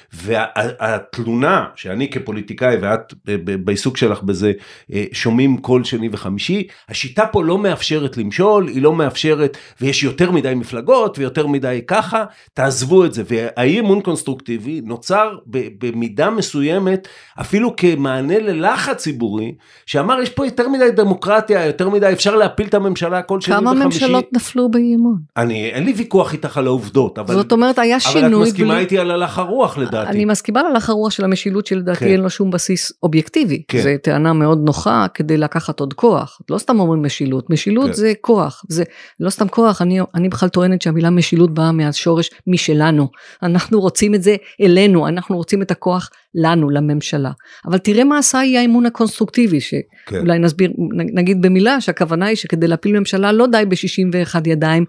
B: והתלונה שאני כפוליטיקאי, ואת בעיסוק שלך בזה, שומעים כל שני וחמישי, השיטה פה לא מאפשרת למשול, היא לא מאפשרת, ויש יותר מדי מפלגות, ויותר מדי ככה, תעזבו את זה, והאי אמון קונסטרוקטיבי נוצר במידה מסוימת, אפילו כמענה ללחץ ציבורי, שאמר יש פה יותר מדי דמוקרטיה, יותר מדי, אפשר להפיל את הממשלה כל שני וחמישי.
D: כמה ממשלות נפלו באי אמון?
B: אני, אין לי ויכוח איתך על העובדות, אבל...
D: זאת אומרת, היה שינוי...
B: אבל את מסכימה איתי על הלך הרוח, לדעתי.
D: אני מסכימה על הלך הרוח של המשילות, שלדעתי אין לו שום בסיס אובייקטיבי. זו טענה מאוד נוחה, כדי לקחת עוד כוח. לא סתם אומרים משילות. משילות זה כוח. זה לא סתם כוח. אני בכלל טוענת שהמילה משילות באה מהשורש משלנו. אנחנו רוצים את זה אלינו. אנחנו רוצים את הכוח לנו, לממשלה. אבל תראה מה עשה היא האמון הקונסטרוקטיבי, שאולי נסביר, נגיד במילה, שהכוונה היא שכדי להפיל ממשלה לא די ב-שישים ואחת ידיים,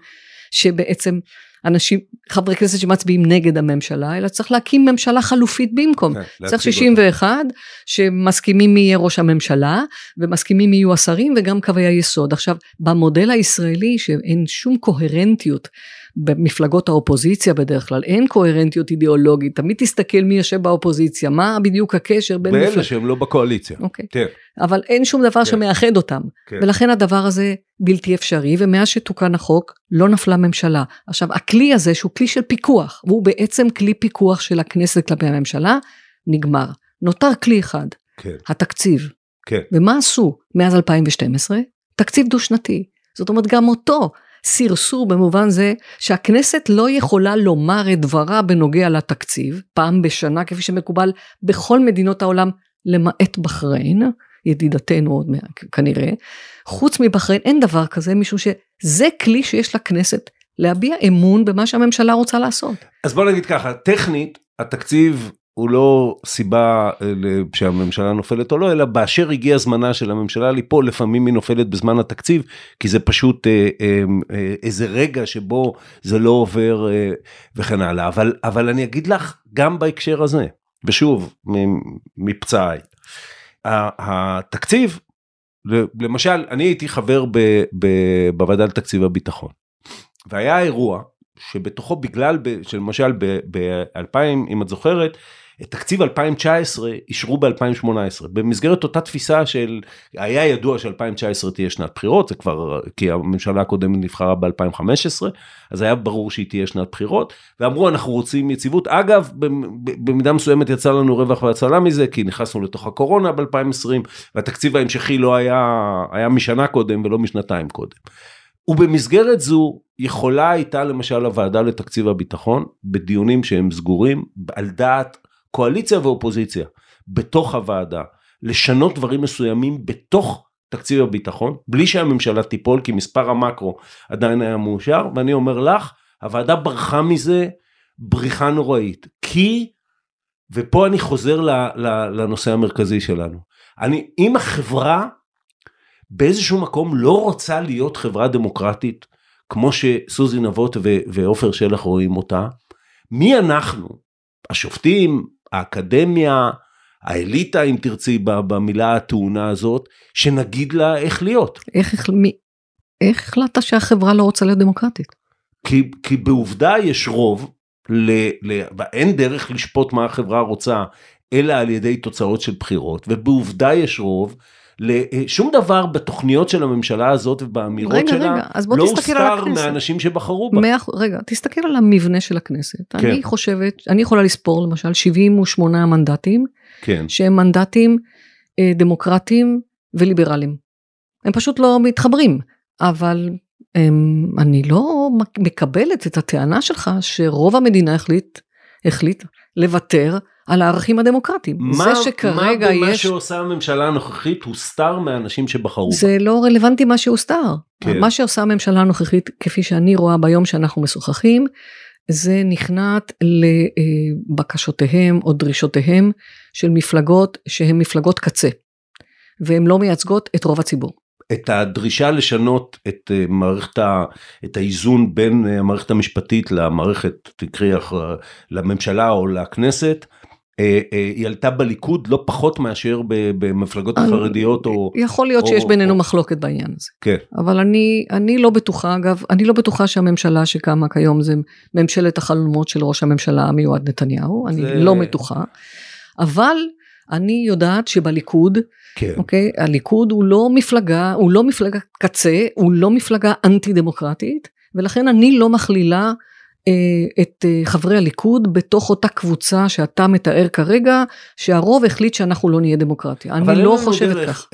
D: שבעצם אנשים, חברי כנסת שמצביעים נגד הממשלה, אלא צריך להקים ממשלה חלופית במקום. צריך שישים ואחת, שמסכימים מי יהיה ראש הממשלה, ומסכימים מי יהיו השרים, וגם קווי היסוד. עכשיו, במודל הישראלי, שאין שום קוהרנטיות, במפלגות האופוזיציה בדרך כלל, אין קוהרנטיות אידיאולוגית, תמיד תסתכל מי יושב באופוזיציה, מה בדיוק הקשר בין...
B: באלה שהם לא בקואליציה.
D: אוקיי. כן. אבל אין שום דבר שמאחד אותם, ולכן הדבר הזה בלתי אפשרי, ומאז שתוקן החוק, לא נפלה ממשלה. עכשיו, הכלי הזה, שהוא כלי של פיקוח, והוא בעצם כלי פיקוח של הכנסת כלפי הממשלה, נגמר. נותר כלי אחד, התקציב. ומה עשו מאז אלפיים ושתים עשרה? תקציב דו-שנתי. זאת אומרת, גם אותו סרסור במובן זה, שהכנסת לא יכולה לומר את דברה בנוגע לתקציב, פעם בשנה, כפי שמקובל בכל מדינות העולם, למעט בחריין, ידידתנו עוד כנראה, חוץ מבחריין אין דבר כזה, משום שזה כלי שיש לכנסת להביע אמון במה שהממשלה רוצה לעשות.
B: אז בוא נגיד ככה, טכנית, התקציב הוא לא סיבה שהממשלה נופלת או לא, אלא באשר הגיע זמנה של הממשלה ליפול, לפעמים היא נופלת בזמן התקציב, כי זה פשוט איזה רגע שבו זה לא עובר וכן הלאה. אבל, אבל אני אגיד לך, גם בהקשר הזה, ושוב, מפצעי, התקציב, למשל, אני הייתי חבר בוועדה לתקציב הביטחון, והיה אירוע שבתוכו בגלל, שלמשל ב-אלפיים, אם את זוכרת, את תקציב אלפיים תשע עשרה אישרו ב-אלפיים שמונה עשרה, במסגרת אותה תפיסה של, היה ידוע ש-אלפיים תשע עשרה תהיה שנת בחירות, זה כבר, כי הממשלה הקודמת נבחרה ב-אלפיים חמש עשרה, אז היה ברור שהיא תהיה שנת בחירות, ואמרו אנחנו רוצים יציבות, אגב, במידה מסוימת יצא לנו רווח והצלה מזה, כי נכנסנו לתוך הקורונה ב-אלפיים עשרים, והתקציב ההמשכי לא היה, היה משנה קודם ולא משנתיים קודם. ובמסגרת זו יכולה הייתה למשל הוועדה לתקציב הביטחון, בדיונים שהם סגורים, על דעת קואליציה ואופוזיציה, בתוך הוועדה, לשנות דברים מסוימים בתוך תקציב הביטחון, בלי שהממשלה תיפול, כי מספר המקרו עדיין היה מאושר, ואני אומר לך, הוועדה ברחה מזה בריחה נוראית, כי, ופה אני חוזר לנושא המרכזי שלנו, אני, אם החברה, באיזשהו מקום לא רוצה להיות חברה דמוקרטית, כמו שסוזי נבות ואופר שלח רואים אותה, מי אנחנו? השופטים, האקדמיה, האליטה, אם תרצי במילה התאונה הזאת, שנגיד לה איך להיות.
D: איך, מי, איך החלטת שהחברה לא רוצה להיות דמוקרטית?
B: כי, כי בעובדה יש רוב, ל, ל, אין דרך לשפוט מה החברה רוצה, אלא על ידי תוצאות של בחירות, ובעובדה יש רוב, שום דבר בתוכניות של הממשלה הזאת ובאמירות רגע, שלה רגע, לא הוסתר מהאנשים שבחרו בה.
D: מאה, רגע, תסתכל על המבנה של הכנסת. כן. אני חושבת, אני יכולה לספור למשל שבעים ושמונה מנדטים, כן. שהם מנדטים אה, דמוקרטיים וליברליים. הם פשוט לא מתחברים, אבל הם, אני לא מקבלת את הטענה שלך שרוב המדינה החליט החליט לוותר על הערכים הדמוקרטיים.
B: מה,
D: זה שכרגע
B: מה במה
D: יש...
B: שעושה הממשלה הנוכחית הוסתר מהאנשים שבחרו?
D: זה לא רלוונטי מה שהוסתר.
B: כן.
D: מה שעושה הממשלה הנוכחית, כפי שאני רואה ביום שאנחנו משוחחים, זה נכנעת לבקשותיהם או דרישותיהם של מפלגות שהן מפלגות קצה, והן לא מייצגות את רוב הציבור.
B: את הדרישה לשנות את מערכת, את האיזון בין המערכת המשפטית למערכת, תקראי, לממשלה או לכנסת, היא עלתה בליכוד לא פחות מאשר במפלגות החרדיות או...
D: יכול להיות שיש בינינו מחלוקת בעניין הזה.
B: כן.
D: אבל אני, אני לא בטוחה, אגב, אני לא בטוחה שהממשלה שקמה כיום זה ממשלת החלומות של ראש הממשלה המיועד נתניהו, אני לא בטוחה. אבל אני יודעת שבליכוד,
B: כן.
D: אוקיי, הליכוד הוא לא מפלגה, הוא לא מפלגה קצה, הוא לא מפלגה אנטי דמוקרטית, ולכן אני לא מכלילה את חברי הליכוד בתוך אותה קבוצה שאתה מתאר כרגע, שהרוב החליט שאנחנו לא נהיה דמוקרטיה. אני לא חושבת כך.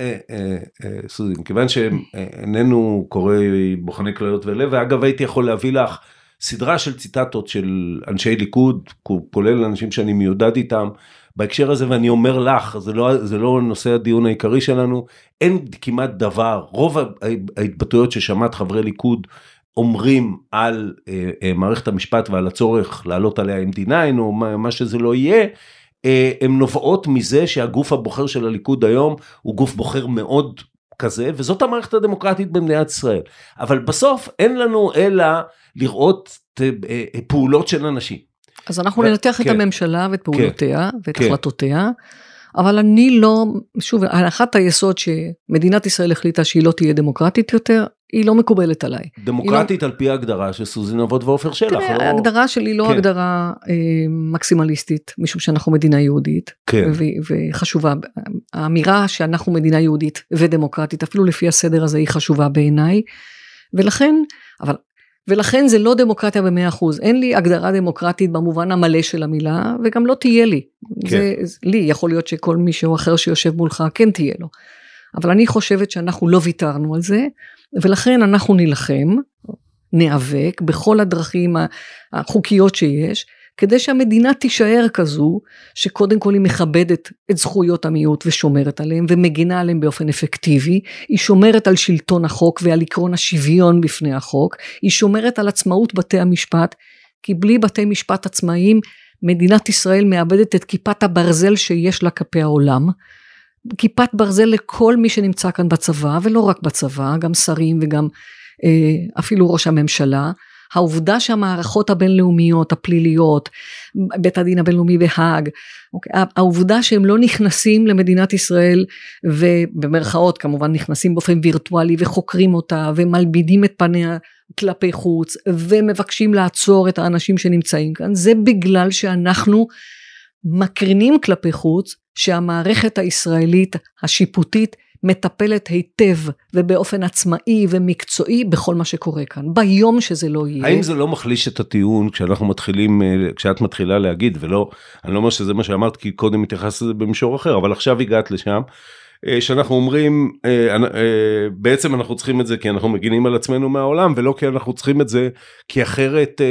B: סוזי, מכיוון שאיננו קורא בוחני כליות ולב, ואגב הייתי יכול להביא לך סדרה של ציטטות של אנשי ליכוד, כולל אנשים שאני מיודד איתם, בהקשר הזה, ואני אומר לך, זה לא, זה לא נושא הדיון העיקרי שלנו, אין כמעט דבר, רוב ההתבטאויות ששמעת חברי ליכוד, אומרים על אה, אה, מערכת המשפט ועל הצורך לעלות עליה עם די ניין או מה, מה שזה לא יהיה, אה, הן נובעות מזה שהגוף הבוחר של הליכוד היום הוא גוף בוחר מאוד כזה, וזאת המערכת הדמוקרטית במדינת ישראל. אבל בסוף אין לנו אלא לראות אה, אה, פעולות של אנשים.
D: אז אנחנו
B: ו-
D: ננתח
B: כן.
D: את הממשלה ואת פעולותיה
B: כן.
D: ואת
B: כן.
D: החלטותיה, אבל אני לא, שוב, הנחת היסוד שמדינת ישראל החליטה שהיא לא תהיה דמוקרטית יותר, היא לא מקובלת עליי.
B: דמוקרטית לא... על פי ההגדרה של סוזי נבות ועופר שלח.
D: תראה,
B: לא...
D: ההגדרה שלי לא
B: כן.
D: הגדרה אה, מקסימליסטית, משום שאנחנו מדינה יהודית,
B: כן.
D: ו- וחשובה, האמירה שאנחנו מדינה יהודית ודמוקרטית, אפילו לפי הסדר הזה היא חשובה בעיניי, ולכן, אבל, ולכן זה לא דמוקרטיה במאה אחוז, אין לי הגדרה דמוקרטית במובן המלא של המילה, וגם לא תהיה לי.
B: כן.
D: זה, לי יכול להיות שכל מישהו אחר שיושב מולך כן תהיה לו. אבל אני חושבת שאנחנו לא ויתרנו על זה, ולכן אנחנו נלחם, נאבק בכל הדרכים החוקיות שיש, כדי שהמדינה תישאר כזו, שקודם כל היא מכבדת את זכויות המיעוט ושומרת עליהם, ומגינה עליהם באופן אפקטיבי, היא שומרת על שלטון החוק ועל עקרון השוויון בפני החוק, היא שומרת על עצמאות בתי המשפט, כי בלי בתי משפט עצמאיים, מדינת ישראל מאבדת את כיפת הברזל שיש לה כלפי העולם, כיפת ברזל לכל מי שנמצא כאן בצבא, ולא רק בצבא, גם שרים וגם אה, אפילו ראש הממשלה. העובדה שהמערכות הבינלאומיות, הפליליות, בית הדין הבינלאומי בהאג, אוקיי, העובדה שהם לא נכנסים למדינת ישראל, ובמרכאות כמובן נכנסים באופן וירטואלי, וחוקרים אותה, ומלבידים את פניה כלפי חוץ, ומבקשים לעצור את האנשים שנמצאים כאן, זה בגלל שאנחנו מקרינים כלפי חוץ, שהמערכת הישראלית השיפוטית מטפלת היטב ובאופן עצמאי ומקצועי בכל מה שקורה כאן. ביום שזה לא יהיה.
B: האם זה לא מחליש את הטיעון כשאנחנו מתחילים, כשאת מתחילה להגיד, ולא, אני לא אומר שזה מה שאמרת, כי קודם התייחס לזה במישור אחר, אבל עכשיו הגעת לשם, שאנחנו אומרים, בעצם אנחנו צריכים את זה כי אנחנו מגינים על עצמנו מהעולם, ולא כי אנחנו צריכים את זה, כי אחרת,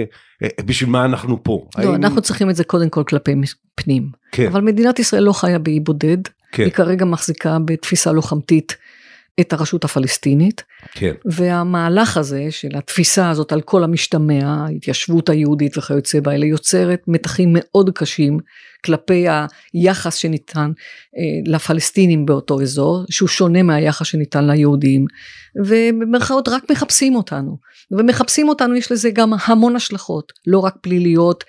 B: בשביל מה אנחנו פה?
D: לא,
B: האם...
D: אנחנו צריכים את זה קודם כל כלפי פנים. כן. אבל מדינת ישראל לא חיה באי בודד, כן. היא כרגע מחזיקה בתפיסה לוחמתית את הרשות הפלסטינית, כן. והמהלך הזה של התפיסה הזאת על כל המשתמע, ההתיישבות היהודית וכיוצא באלה, יוצרת מתחים מאוד קשים, כלפי היחס שניתן אה, לפלסטינים באותו אזור, שהוא שונה מהיחס שניתן ליהודים, ובמרכאות רק מחפשים אותנו, ומחפשים אותנו יש לזה גם המון השלכות, לא רק פליליות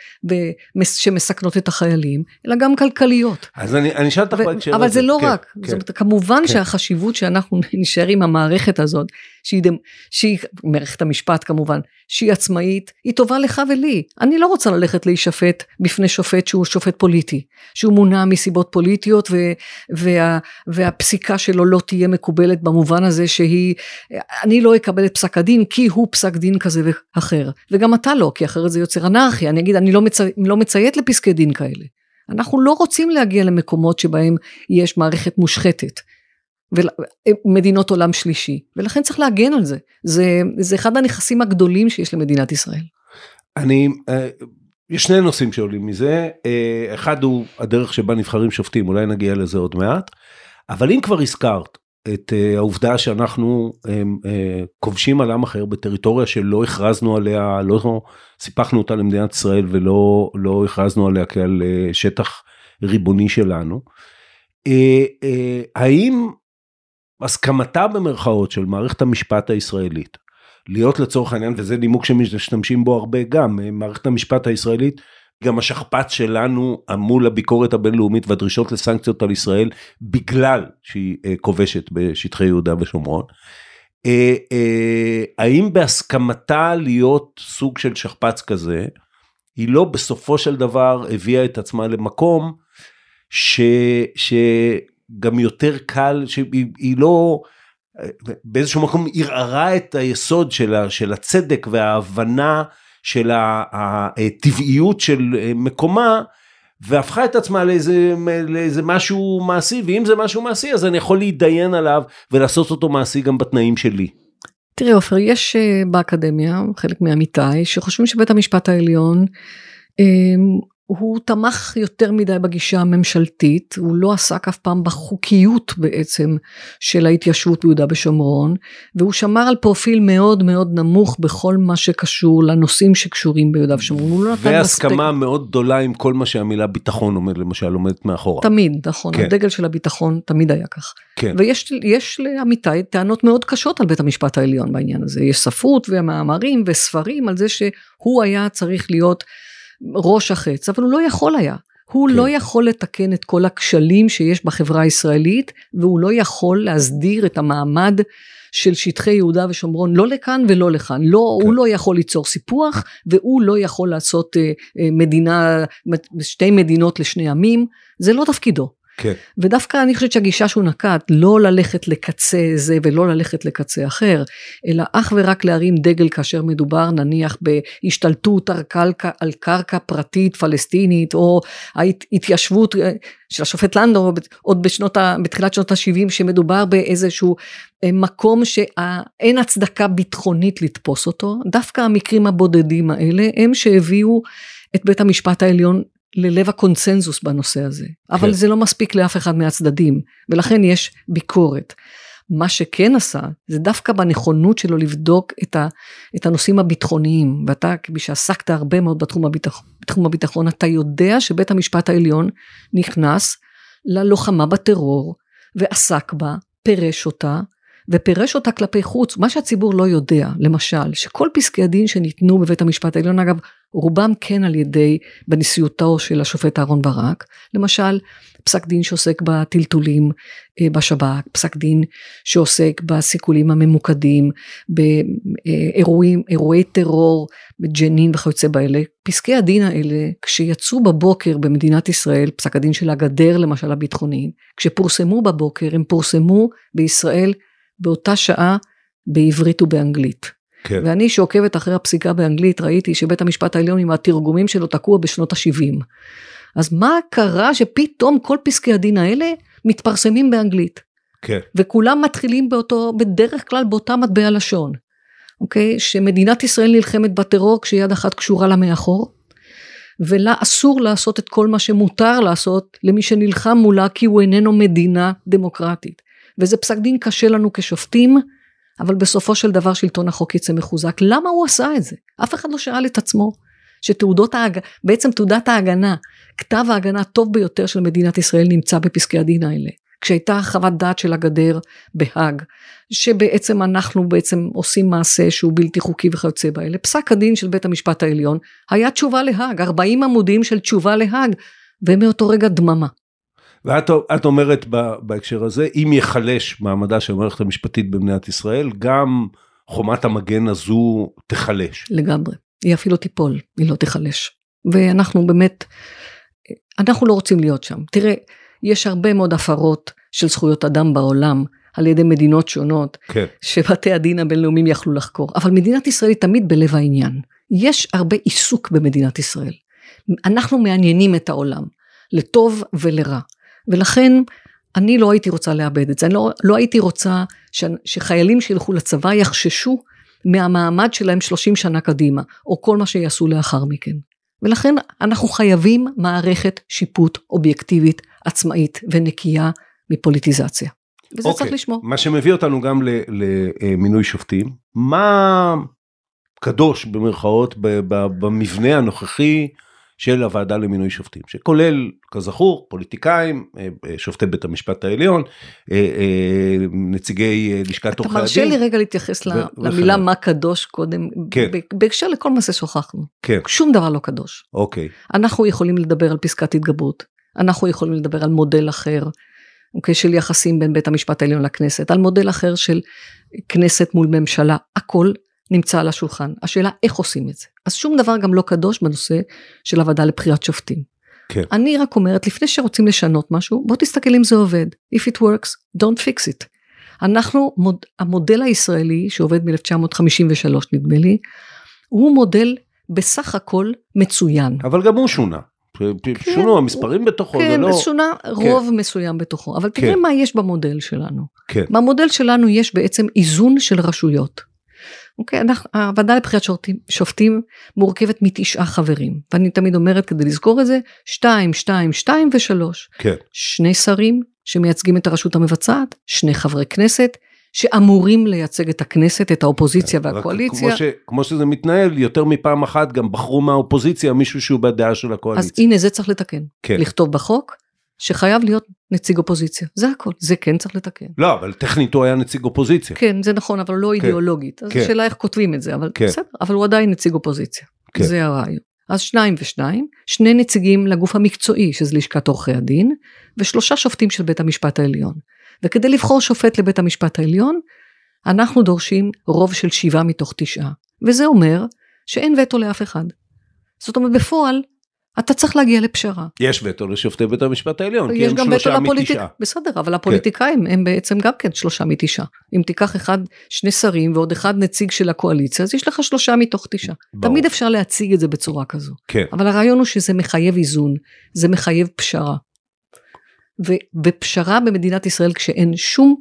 D: שמסכנות את החיילים, אלא גם כלכליות.
B: אז אני, אני שאלת לך בהקשר הזה.
D: אבל זה לא
B: כן,
D: רק,
B: כן.
D: זאת אומרת, כמובן
B: כן.
D: שהחשיבות שאנחנו נשאר עם המערכת הזאת, שהיא, שהיא מערכת המשפט כמובן, שהיא עצמאית, היא טובה לך ולי. אני לא רוצה ללכת להישפט בפני שופט שהוא שופט פוליטי, שהוא מונע מסיבות פוליטיות, ו, וה, והפסיקה שלו לא תהיה מקובלת במובן הזה שהיא, אני לא אקבל את פסק הדין, כי הוא פסק דין כזה ואחר. וגם אתה לא, כי אחרת זה יוצר אנרכיה. אני אגיד, אני לא, מצ... לא מציית לפסקי דין כאלה. אנחנו לא רוצים להגיע למקומות שבהם יש מערכת מושחתת. ומדינות עולם שלישי, ולכן צריך להגן על זה. זה, זה אחד הנכסים הגדולים שיש למדינת ישראל.
B: אני, יש שני נושאים שעולים מזה, אחד הוא הדרך שבה נבחרים שופטים, אולי נגיע לזה עוד מעט, אבל אם כבר הזכרת את העובדה שאנחנו כובשים על עם אחר בטריטוריה שלא הכרזנו עליה, לא סיפחנו אותה למדינת ישראל ולא לא הכרזנו עליה כעל שטח ריבוני שלנו, האם הסכמתה במרכאות של מערכת המשפט הישראלית, להיות לצורך העניין, וזה נימוק שמשתמשים בו הרבה גם, מערכת המשפט הישראלית, גם השכפ"ץ שלנו מול הביקורת הבינלאומית והדרישות לסנקציות על ישראל, בגלל שהיא כובשת בשטחי יהודה ושומרון, האם בהסכמתה להיות סוג של שכפ"ץ כזה, היא לא בסופו של דבר הביאה את עצמה למקום, ש, שגם יותר קל, שהיא לא, באיזשהו מקום ערערה את היסוד של, של הצדק וההבנה של הטבעיות של מקומה, והפכה את עצמה לאיזה, לאיזה משהו מעשי, ואם זה משהו מעשי, אז אני יכול להידיין עליו, ולעשות אותו מעשי גם בתנאים שלי.
D: תראה עופר, יש באקדמיה, חלק מעמיתי, שחושבים שבית המשפט העליון, הוא תמך יותר מדי בגישה הממשלתית, הוא לא עסק אף פעם בחוקיות בעצם של ההתיישבות ביהודה ושומרון, והוא שמר על פרופיל מאוד מאוד נמוך בכל מה שקשור לנושאים שקשורים ביהודה ושומרון. לא
B: והסכמה מספיק... מאוד גדולה עם כל מה שהמילה ביטחון עומד למשל, עומדת מאחורה.
D: תמיד, נכון, כן. הדגל של הביטחון תמיד היה כך.
B: כן.
D: ויש יש לעמיתי טענות מאוד קשות על בית המשפט העליון בעניין הזה, יש ספרות ומאמרים וספרים על זה שהוא היה צריך להיות ראש החץ, אבל הוא לא יכול היה, הוא כן. לא יכול לתקן את כל הכשלים שיש בחברה הישראלית, והוא לא יכול להסדיר את המעמד של שטחי יהודה ושומרון, לא לכאן ולא לכאן, לא, כן. הוא לא יכול ליצור סיפוח, והוא לא יכול לעשות אה, אה, מדינה, שתי מדינות לשני עמים, זה לא תפקידו.
B: כן.
D: ודווקא אני חושבת שהגישה שהוא נקט, לא ללכת לקצה זה ולא ללכת לקצה אחר, אלא אך ורק להרים דגל כאשר מדובר נניח בהשתלטות על קרקע, על קרקע פרטית פלסטינית, או ההתיישבות של השופט לנדאו, עוד בשנות, בתחילת שנות ה-שבעים, שמדובר באיזשהו מקום שאין הצדקה ביטחונית לתפוס אותו, דווקא המקרים הבודדים האלה הם שהביאו את בית המשפט העליון ללב הקונצנזוס בנושא הזה, אבל כן. זה לא מספיק לאף אחד מהצדדים, ולכן יש ביקורת. מה שכן עשה, זה דווקא בנכונות שלו לבדוק את, ה, את הנושאים הביטחוניים, ואתה כמי שעסקת הרבה מאוד בתחום הביטחון, בתחום הביטחון, אתה יודע שבית המשפט העליון נכנס ללוחמה בטרור, ועסק בה, פירש אותה, ופירש אותה כלפי חוץ, מה שהציבור לא יודע, למשל, שכל פסקי הדין שניתנו בבית המשפט העליון, אגב, רובם כן על ידי, בנשיאותו של השופט אהרון ברק, למשל, פסק דין שעוסק בטלטולים בשב"כ, פסק דין שעוסק בסיכולים הממוקדים, באירועים, אירועי טרור, בג'נין וכיוצא באלה, פסקי הדין האלה, כשיצאו בבוקר במדינת ישראל, פסק הדין של הגדר למשל הביטחונית, כשפורסמו בבוקר, הם פורסמו בישראל, באותה שעה בעברית ובאנגלית.
B: כן.
D: ואני שעוקבת אחרי הפסיקה באנגלית, ראיתי שבית המשפט העליון עם התרגומים שלו תקוע בשנות ה-שבעים. אז מה קרה שפתאום כל פסקי הדין האלה מתפרסמים באנגלית?
B: כן. וכולם
D: מתחילים באותו, בדרך כלל באותה מטבע לשון. אוקיי? שמדינת ישראל נלחמת בטרור כשיד אחת קשורה לה מאחור, ולה אסור לעשות את כל מה שמותר לעשות למי שנלחם מולה, כי הוא איננו מדינה דמוקרטית. וזה פסק דין קשה לנו כשופטים, אבל בסופו של דבר שלטון החוק יצא מחוזק. למה הוא עשה את זה? אף אחד לא שאל את עצמו, שתעודות ההגנה, בעצם תעודת ההגנה, כתב ההגנה הטוב ביותר של מדינת ישראל נמצא בפסקי הדין האלה. כשהייתה חוות דעת של הגדר בהאג, שבעצם אנחנו בעצם עושים מעשה שהוא בלתי חוקי וכיוצא באלה, פסק הדין של בית המשפט העליון, היה תשובה להאג, ארבעים עמודים של תשובה להאג, ומאותו רגע דממה.
B: ואת את אומרת בהקשר הזה, אם יחלש מעמדה של המערכת המשפטית במדינת ישראל, גם חומת המגן הזו תחלש.
D: לגמרי, היא אפילו תיפול, היא לא תחלש. ואנחנו באמת, אנחנו לא רוצים להיות שם. תראה, יש הרבה מאוד הפרות של זכויות אדם בעולם, על ידי מדינות שונות,
B: כן.
D: שבתי הדין הבינלאומיים יכלו לחקור. אבל מדינת ישראל היא תמיד בלב העניין. יש הרבה עיסוק במדינת ישראל. אנחנו מעניינים את העולם, לטוב ולרע. ולכן אני לא הייתי רוצה לאבד את זה, אני לא, לא הייתי רוצה ש, שחיילים שילכו לצבא יחששו מהמעמד שלהם שלושים שנה קדימה, או כל מה שיעשו לאחר מכן. ולכן אנחנו חייבים מערכת שיפוט אובייקטיבית, עצמאית ונקייה מפוליטיזציה. וזה okay. צריך לשמור.
B: מה שמביא אותנו גם למינוי שופטים, מה קדוש במרכאות במבנה הנוכחי של הוועדה למינוי שופטים, שכולל כזכור פוליטיקאים, שופטי בית המשפט העליון, נציגי לשכת עורכי הדין.
D: אתה מרשה לי רגע להתייחס למילה מה קדוש קודם, בהקשר לכל מה ששוחחנו. שום דבר לא קדוש.
B: אוקיי.
D: אנחנו יכולים לדבר על פסקת התגברות, אנחנו יכולים לדבר על מודל אחר, אוקיי, של יחסים בין בית המשפט העליון לכנסת, על מודל אחר של כנסת מול ממשלה, הכל נמצא על השולחן. השאלה איך עושים את זה. אז שום דבר גם לא קדוש בנושא של הוועדה לבחירת שופטים.
B: כן.
D: אני רק אומרת, לפני שרוצים לשנות משהו, בוא תסתכל אם זה עובד. If it works, don't fix it. אנחנו, המודל הישראלי, שעובד ב-אלף תשע מאות חמישים ושלוש נדמה לי, הוא מודל בסך הכל מצוין.
B: אבל גם הוא שונה.
D: כן,
B: שונו המספרים בתוכו.
D: כן,
B: לא...
D: שונה רוב כן. מסוים בתוכו. אבל
B: כן.
D: תראה מה יש במודל שלנו.
B: כן.
D: במודל שלנו יש בעצם איזון של רשויות. אוקיי, אנחנו, הוועדה לבחירת שופטים, שופטים מורכבת מתשעה חברים, ואני תמיד אומרת כדי לזכור את זה, שתיים, שתיים, שתיים ושלוש.
B: כן.
D: שני שרים שמייצגים את הרשות המבצעת, שני חברי כנסת, שאמורים לייצג את הכנסת, את האופוזיציה כן. והקואליציה.
B: כמו, ש, כמו שזה מתנהל, יותר מפעם אחת גם בחרו מהאופוזיציה, מישהו שהוא בדעה של הקואליציה.
D: אז הנה זה צריך לתקן.
B: כן.
D: לכתוב בחוק, שחייב להיות נציג אופוזיציה. זה הכל, זה כן צריך לתקן.
B: לא, אבל טכנית הוא היה נציג אופוזיציה.
D: כן, זה נכון, אבל לא אידיאולוגית. אז השאלה איך כותבים את זה, אבל בסדר, אבל הוא עדיין נציג אופוזיציה. זה הרעיון. אז שניים ושניים, שני נציגים לגוף המקצועי, שזה לשכת עורכי הדין, ושלושה שופטים של בית המשפט העליון. וכדי לבחור שופט לבית המשפט העליון, אנחנו דורשים רוב של שבעה מתוך תשעה. וזה אומר שאין וטו לאף אחד. זאת אומרת, בפועל, אתה צריך להגיע לפשרה.
B: יש וטו לשופטי בית המשפט העליון,
D: יש גם וטו לפוליטיקאים. בסדר, אבל הפוליטיקאים הם בעצם גם כן שלושה מתשעה. אם תיקח אחד, שני שרים ועוד אחד נציג של הקואליציה, אז יש לך שלושה מתוך תשעה. תמיד אפשר להציג את זה בצורה כזו.
B: כן.
D: אבל הרעיון הוא שזה מחייב איזון, זה מחייב פשרה. ופשרה במדינת ישראל כשאין שום,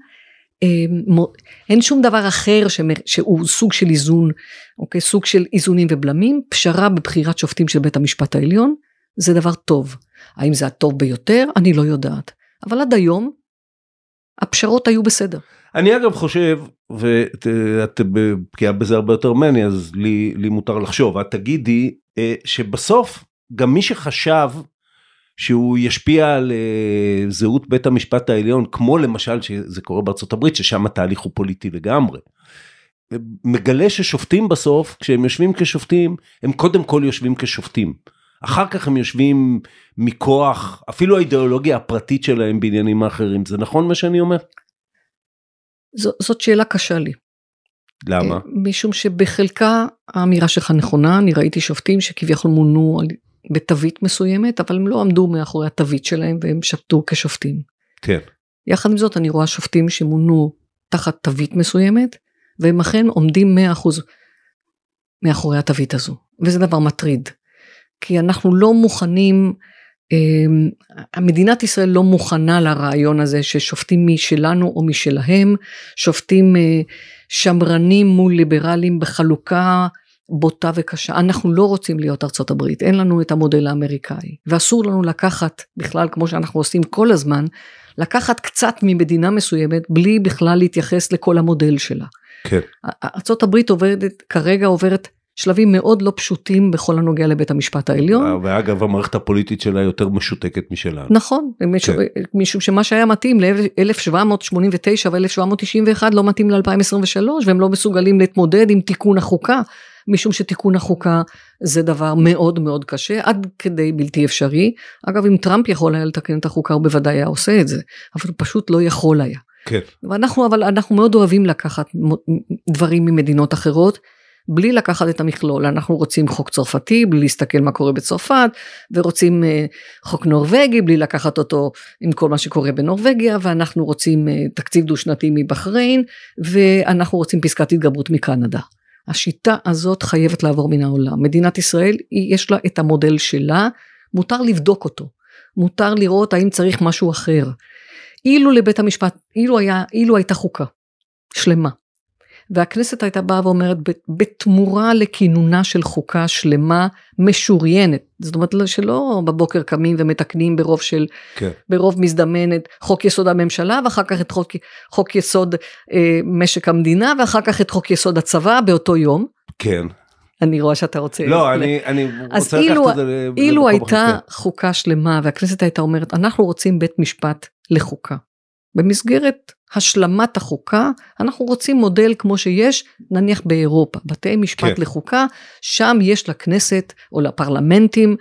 D: אין שום דבר אחר שהוא סוג של איזון, אוקיי, סוג של איזונים ובלמים, פשרה בבחירת שופטים של בית המשפט העליון, זה דבר טוב. האם זה הטוב ביותר? אני לא יודעת. אבל עד היום, הפשרות היו בסדר.
B: אני אגב חושב, ואת בקיאה בזה הרבה יותר ממני, אז לי, לי מותר לחשוב, את תגידי שבסוף, גם מי שחשב, שהוא ישפיע על uh, זהות בית המשפט העליון, כמו למשל שזה קורה בארצות הברית, ששם התהליך הוא פוליטי לגמרי. מגלה ששופטים בסוף, כשהם יושבים כשופטים, הם קודם כל יושבים כשופטים. אחר כך הם יושבים מכוח, אפילו האידיאולוגיה הפרטית שלהם בעניינים האחרים. זה נכון מה שאני אומר?
D: ז, זאת שאלה קשה לי.
B: למה?
D: משום שבחלקה האמירה שלך נכונה, אני ראיתי שופטים שכביכול מונו על... בתווית מסוימת, אבל הם לא עמדו מאחורי התווית שלהם, והם שפטו כשופטים.
B: כן.
D: יחד עם זאת, אני רואה שופטים שמונו תחת תווית מסוימת, והם אכן עומדים מאה אחוז מאחורי התווית הזו. וזה דבר מטריד. כי אנחנו לא מוכנים, אה, מדינת ישראל לא מוכנה לרעיון הזה, ששופטים משלנו או משלהם, שופטים אה, שמרנים מול ליברלים בחלוקה, בוטה וקשה. אנחנו לא רוצים להיות ארצות הברית, אין לנו את המודל האמריקאי, ואסור לנו לקחת, בכלל כמו שאנחנו עושים כל הזמן, לקחת קצת ממדינה מסוימת, בלי בכלל להתייחס לכל המודל שלה.
B: כן.
D: ארצות הברית עוברת, כרגע עוברת שלבים מאוד לא פשוטים, בכל הנוגע לבית המשפט העליון.
B: ואגב, המערכת הפוליטית שלה יותר משותקת משלנו.
D: נכון, כן. משום שמה שהיה מתאים ל-אלף שבע מאות שמונים ותשע ו-אלף שבע מאות תשעים ואחת, לא מתאים ל-אלפיים עשרים ושלוש, והם לא מסוגלים להתמודד עם תיקון החוקה, משום שתיקון החוקה זה דבר מאוד מאוד קשה, עד כדי בלתי אפשרי. אגב, אם טראמפ יכול היה לתקן את החוקה, הוא בוודאי היה עושה את זה, אבל הוא פשוט לא יכול היה.
B: כן.
D: ואנחנו, אבל אנחנו מאוד אוהבים לקחת דברים ממדינות אחרות, בלי לקחת את המכלול. אנחנו רוצים חוק צרפתי, בלי להסתכל מה קורה בצרפת, ורוצים חוק נורווגי, בלי לקחת אותו עם כל מה שקורה בנורווגיה, ואנחנו רוצים תקציב דו-שנתי מבחריין, ואנחנו רוצים פסקת התגברות מקנדה. השיטה הזאת חייבת לעבור מן העולם. מדינת ישראל, יש לה את המודל שלה, מותר לבדוק אותו, מותר לראות האם צריך משהו אחר. אילו לבית המשפט, אילו, היה, אילו הייתה חוקה שלמה, והכנסת הייתה באה ואומרת, בתמורה לכינונה של חוקה שלמה משוריינת, זאת אומרת שלא בבוקר קמים ומתקנים ברוב של, כן. ברוב מזדמנת, חוק יסוד הממשלה, ואחר כך את חוק, חוק יסוד אה, משק המדינה, ואחר כך את חוק יסוד הצבא באותו יום.
B: כן.
D: אני רואה שאתה רוצה...
B: לא, אני, אני רוצה לקחת את זה...
D: אז אילו הייתה חוקה שלמה, והכנסת הייתה אומרת, אנחנו רוצים בית משפט לחוקה. במסגרת השלמת החוקה, אנחנו רוצים מודל כמו שיש, נניח באירופה, בתי משפט כן. לחוקה, שם יש לכנסת או לפרלמנטים,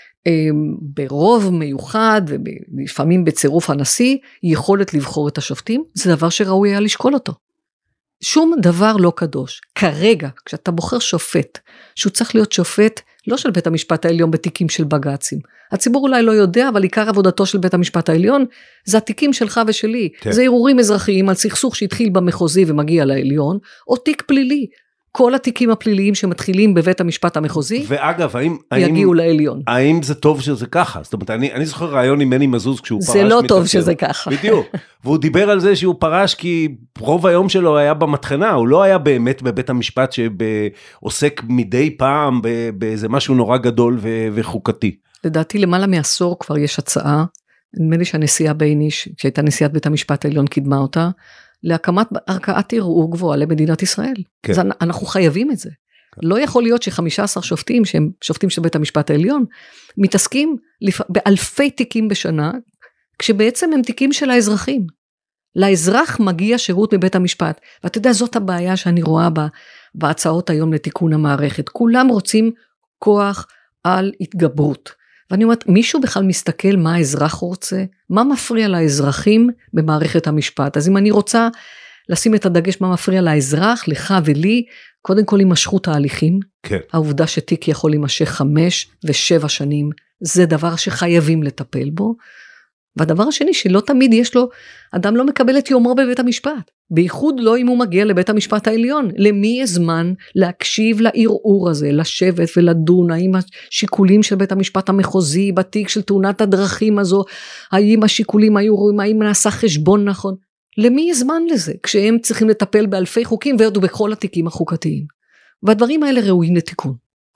D: ברוב מיוחד, ולפעמים בצירוף הנשיא, יכולת לבחור את השופטים, זה דבר שראוי היה לשקול אותו. שום דבר לא קדוש. כרגע, כשאתה בוחר שופט, שהוא צריך להיות שופט, לא של בית המשפט העליון בתיקים של בג"צים. הציבור אולי לא יודע, אבל עיקר עבודתו של בית המשפט העליון, זה התיקים שלך ושלי. כן. זה ערעורים אזרחיים על סכסוך שהתחיל במחוזי ומגיע לעליון, או תיק פלילי. כל התיקים הפליליים שמתחילים בבית המשפט המחוזי,
B: ואגב, האם,
D: יגיעו האם, לעליון.
B: האם זה טוב שזה ככה? זאת אומרת, אני, אני זוכר רעיון עם מני מזוז כשהוא פרש.
D: זה לא טוב שזה ככה.
B: בדיוק. והוא דיבר על זה שהוא פרש כי רוב היום שלו היה במתחנה, הוא לא היה באמת בבית המשפט שעוסק מדי פעם באיזה משהו נורא גדול ו- וחוקתי.
D: לדעתי למעלה מעשור כבר יש הצעה, נדמה לי שהנשיאה בייניש, שהייתה נשיאת בית המשפט העליון קידמה אותה, להקמת ערכאת ערעור גבוהה למדינת ישראל. כן. אז אנחנו חייבים את זה. כן. לא יכול להיות ש-חמישה עשר שופטים, שהם שופטים של בית המשפט העליון, מתעסקים לפ... באלפי תיקים בשנה, כשבעצם הם תיקים של האזרחים. לאזרח מגיע שירות מבית המשפט, ואתה יודע, זאת הבעיה שאני רואה בה, בהצעות היום לתיקון המערכת. כולם רוצים כוח על התגברות. ואני אומרת, מישהו בכלל מסתכל מה האזרח רוצה, מה מפריע לאזרחים במערכת המשפט. אז אם אני רוצה לשים את הדגש מה מפריע לאזרח, לך ולי, קודם כל הימשכות ההליכים, כן. העובדה שתיק יכול להימשך חמש ושבע שנים, זה דבר שחייבים לטפל בו, והדבר השני שלא תמיד יש לו, אדם לא מקבל את יומו בבית המשפט, בייחוד לא אם הוא מגיע לבית המשפט העליון, למי יש זמן להקשיב לערעור הזה, לשבת ולדון, האם השיקולים של בית המשפט המחוזי, בתיק של תאונת הדרכים הזו, האם השיקולים היו רואים, האם נעשה חשבון נכון, למי יש זמן לזה, כשהם צריכים לטפל באלפי חוקים, ועוד בכל התיקים החוקתיים, והדברים האלה ראויים לתיקון.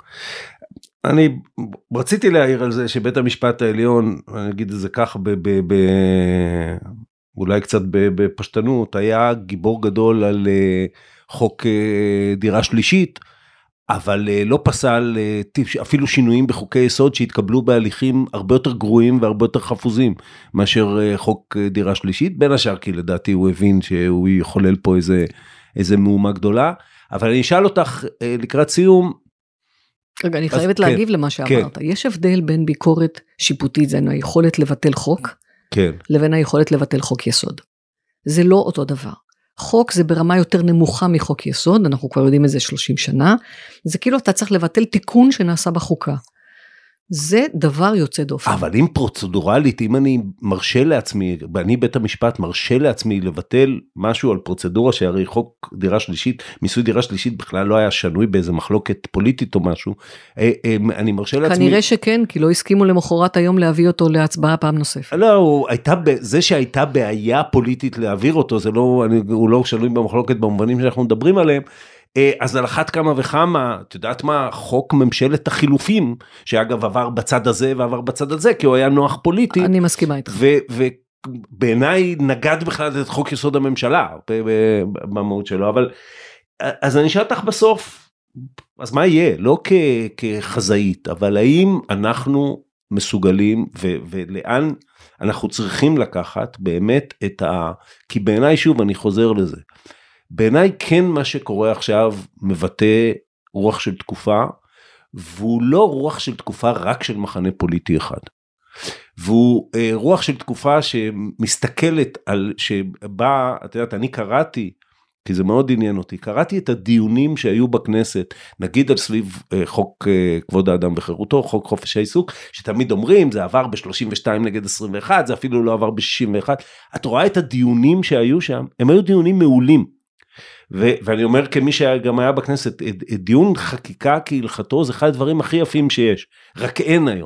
B: אני רציתי להעיר על זה שבית המשפט העליון, אני אגיד את זה כך, ב, ב, ב, אולי קצת בפשטנות, היה גיבור גדול על חוק דירה שלישית, אבל לא פסל אפילו שינויים בחוקי יסוד שהתקבלו בהליכים הרבה יותר גרועים והרבה יותר חפוזים מאשר חוק דירה שלישית, בין השאר כי לדעתי הוא הבין שהוא יחולל פה איזה, איזה מהומה גדולה, אבל אני אשאל אותך לקראת סיום,
D: רגע, אני חייבת כן, להגיב למה שאמרת. כן. יש הבדל בין ביקורת שיפוטית, זה היכולת לבטל חוק, כן. לבין היכולת לבטל חוק יסוד. זה לא אותו דבר. חוק זה ברמה יותר נמוכה מחוק יסוד, אנחנו כבר יודעים את זה שלושים שנה, זה כאילו אתה צריך לבטל תיקון שנעשה בחוקה. זה דבר יוצא דופן.
B: אבל אם פרוצדורלית, אם אני מרשה לעצמי, אני בית המשפט מרשה לעצמי לבטל משהו על פרוצדורה, שהרי חוק דירה שלישית, מיסוי דירה שלישית בכלל לא היה שנוי באיזה מחלוקת פוליטית או משהו, אני מרשה לעצמי...
D: כנראה שכן, כי לא הסכימו למחרת היום להביא אותו להצבעה פעם נוספת.
B: לא, הייתה, זה שהייתה בעיה פוליטית להעביר אותו, זה לא, אני, הוא לא שנוי במחלוקת במובנים שאנחנו מדברים עליהם, אז על אחת כמה וכמה, את יודעת מה, חוק ממשלת החילופים, שאגב עבר בצד הזה ועבר בצד הזה, כי הוא היה נוח פוליטי.
D: אני מסכימה איתך.
B: ובעיניי נגד בכלל את חוק יסוד הממשלה, במהות שלו, אבל, אז אני אשאל אותך בסוף, אז מה יהיה? לא כחזאית, אבל האם אנחנו מסוגלים, ולאן אנחנו צריכים לקחת באמת את ה... כי בעיניי שוב, אני חוזר לזה, בעיניי כן מה שקורה עכשיו מבטא רוח של תקופה, והוא לא רוח של תקופה רק של מחנה פוליטי אחד. והוא אה, רוח של תקופה שמסתכלת על, שבא, את יודעת, אני קראתי, כי זה מאוד עניין אותי, קראתי את הדיונים שהיו בכנסת, נגיד על סביב אה, חוק אה, כבוד האדם וחירותו, חוק חופש העיסוק, שתמיד אומרים, זה עבר ב-שלושים ושתיים נגד עשרים ואחת, זה אפילו לא עבר ב-שישים ואחת, את רואה את הדיונים שהיו שם, הם היו דיונים מעולים, ו- ואני אומר כמי שגם היה בכנסת, דיון חקיקה כהלכתו, זה אחד הדברים הכי יפים שיש, רק אין היום,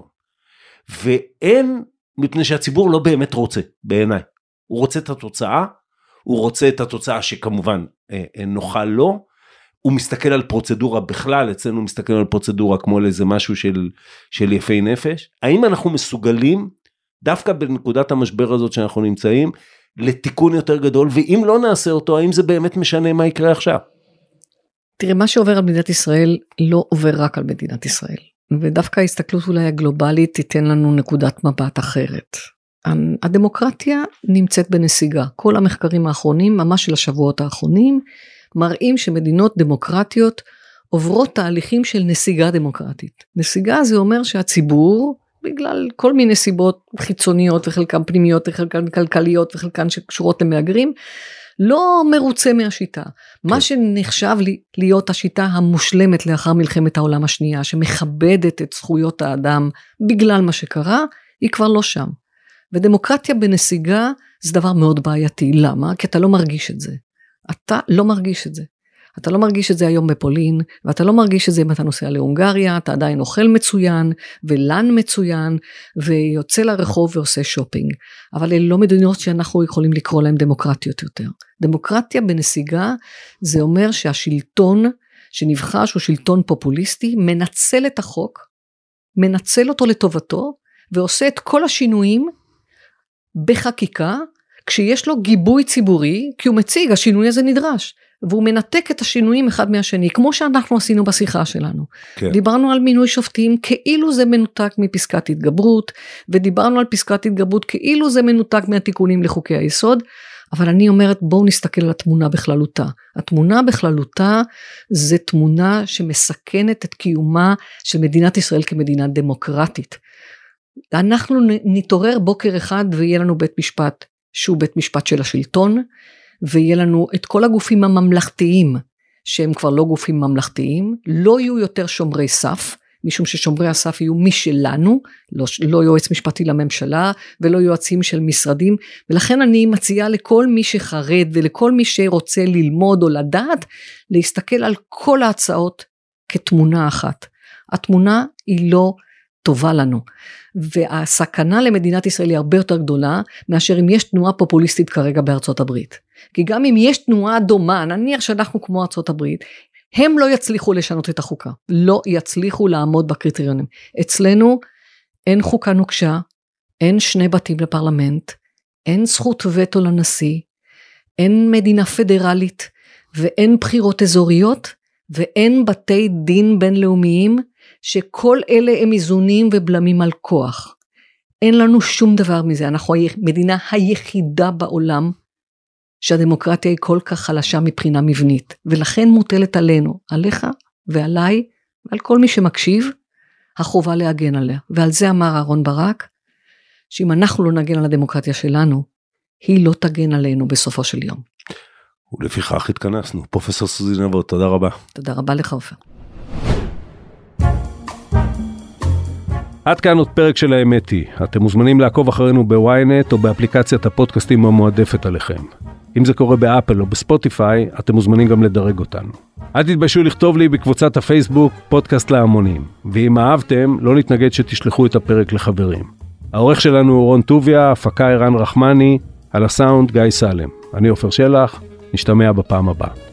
B: ואין, מפני שהציבור לא באמת רוצה, בעיניי, הוא רוצה את התוצאה, הוא רוצה את התוצאה שכמובן נוחה לו, הוא מסתכל על פרוצדורה בכלל, אצלנו מסתכל על פרוצדורה כמו לאיזה משהו של, של יפי נפש, האם אנחנו מסוגלים, דווקא בנקודת המשבר הזאת שאנחנו נמצאים, לתיקון יותר גדול, ואם לא נעשה אותו, האם זה באמת משנה מה יקרה עכשיו?
D: תראה, מה שעובר על מדינת ישראל, לא עובר רק על מדינת ישראל, ודווקא ההסתכלות אולי הגלובלית, תיתן לנו נקודת מבט אחרת. הדמוקרטיה נמצאת בנסיגה, כל המחקרים האחרונים, ממש של השבועות האחרונים, מראים שמדינות דמוקרטיות עוברות תהליכים של נסיגה דמוקרטית. נסיגה זה אומר שהציבור, בגלל כל מיני סיבות חיצוניות וחלקן פנימיות וחלקן כלכליות וחלקן שקשורות למהגרים, לא מרוצה מהשיטה. כן. מה שנחשב לי להיות השיטה המושלמת לאחר מלחמת העולם השנייה, שמכבדת את זכויות האדם בגלל מה שקרה, היא כבר לא שם. ודמוקרטיה בנסיגה זה דבר מאוד בעייתי. למה? כי אתה לא מרגיש את זה. אתה לא מרגיש את זה. אתה לא מרגיש את זה היום בפולין, ואתה לא מרגיש את זה אם אתה נוסע להונגריה, אתה עדיין אוכל מצוין, ולן מצוין, ויוצא לרחוב ועושה שופינג. אבל אלה לא מדינות שאנחנו יכולים לקרוא להן דמוקרטיות יותר. דמוקרטיה בנסיגה, זה אומר שהשלטון שנבחר, שהוא שלטון פופוליסטי, מנצל את החוק, מנצל אותו לטובתו, ועושה את כל השינויים בחקיקה, כשיש לו גיבוי ציבורי, כי הוא מציג, השינוי הזה נדרש, והוא מנתק את השינויים אחד מהשני, כמו שאנחנו עשינו בשיחה שלנו. כן. דיברנו על מינוי שופטים, כאילו זה מנותק מפסקת התגברות, ודיברנו על פסקת התגברות, כאילו זה מנותק מהתיקונים לחוקי היסוד, אבל אני אומרת, בואו נסתכל על התמונה בכללותה. התמונה בכללותה, זה תמונה שמסכנת את קיומה של מדינת ישראל כמדינה דמוקרטית. אנחנו נתעורר בוקר אחד, ויהיה לנו בית משפט, שהוא בית משפט של השלטון, ויהיה לנו את כל הגופים הממלכתיים, שהם כבר לא גופים ממלכתיים, לא יהיו יותר שומרי סף, משום ששומרי הסף יהיו משלנו, לא, לא יועץ משפטי לממשלה, ולא יועצים של משרדים, ולכן אני מציעה לכל מי שחרד, ולכל מי שרוצה ללמוד או לדעת, להסתכל על כל ההצעות כתמונה אחת. התמונה היא לא טובה לנו, והסכנה למדינת ישראל היא הרבה יותר גדולה, מאשר אם יש תנועה פופוליסטית כרגע בארצות הברית. כי גם אם יש תנועה דומה, נניח שאנחנו כמו ארצות הברית, הם לא יצליחו לשנות את החוקה, לא יצליחו לעמוד בקריטריונים. אצלנו אין חוקה נוקשה, אין שני בתים לפרלמנט, אין זכות וטו לנשיא, אין מדינה פדרלית, ואין בחירות אזוריות, ואין בתי דין בינלאומיים, שכל אלה הם איזונים ובלמים על כוח. אין לנו שום דבר מזה, אנחנו המדינה היחידה בעולם, שהדמוקרטיה היא כל כך חלשה מבחינה מבנית, ולכן מוטלת עלינו, עליך ועליי, ועל כל מי שמקשיב, החובה להגן עליה. ועל זה אמר אהרון ברק, שאם אנחנו לא נגן על הדמוקרטיה שלנו, היא לא תגן עלינו בסופו של יום.
B: ולפיכך התכנסנו. פרופסור סוזי נבות, תודה רבה.
D: תודה רבה לך עופר.
B: עד כאן עוד פרק של האמת היא. אתם מוזמנים לעקוב אחרינו בוויינט או באפליקציית הפודקאסטים המועדפת עליכם. אם זה קורה באפל או בספוטיפיי, אתם מוזמנים גם לדרג אותנו. אל תתביישו לכתוב לי בקבוצת הפייסבוק פודקאסט להמונים. ואם אהבתם, לא נתנגד שתשלחו את הפרק לחברים. העורך שלנו הוא רון טוביה, הפקה ערן רחמני, על הסאונד גיא סלם. אני עופר שלח, נשתמע בפעם הבאה.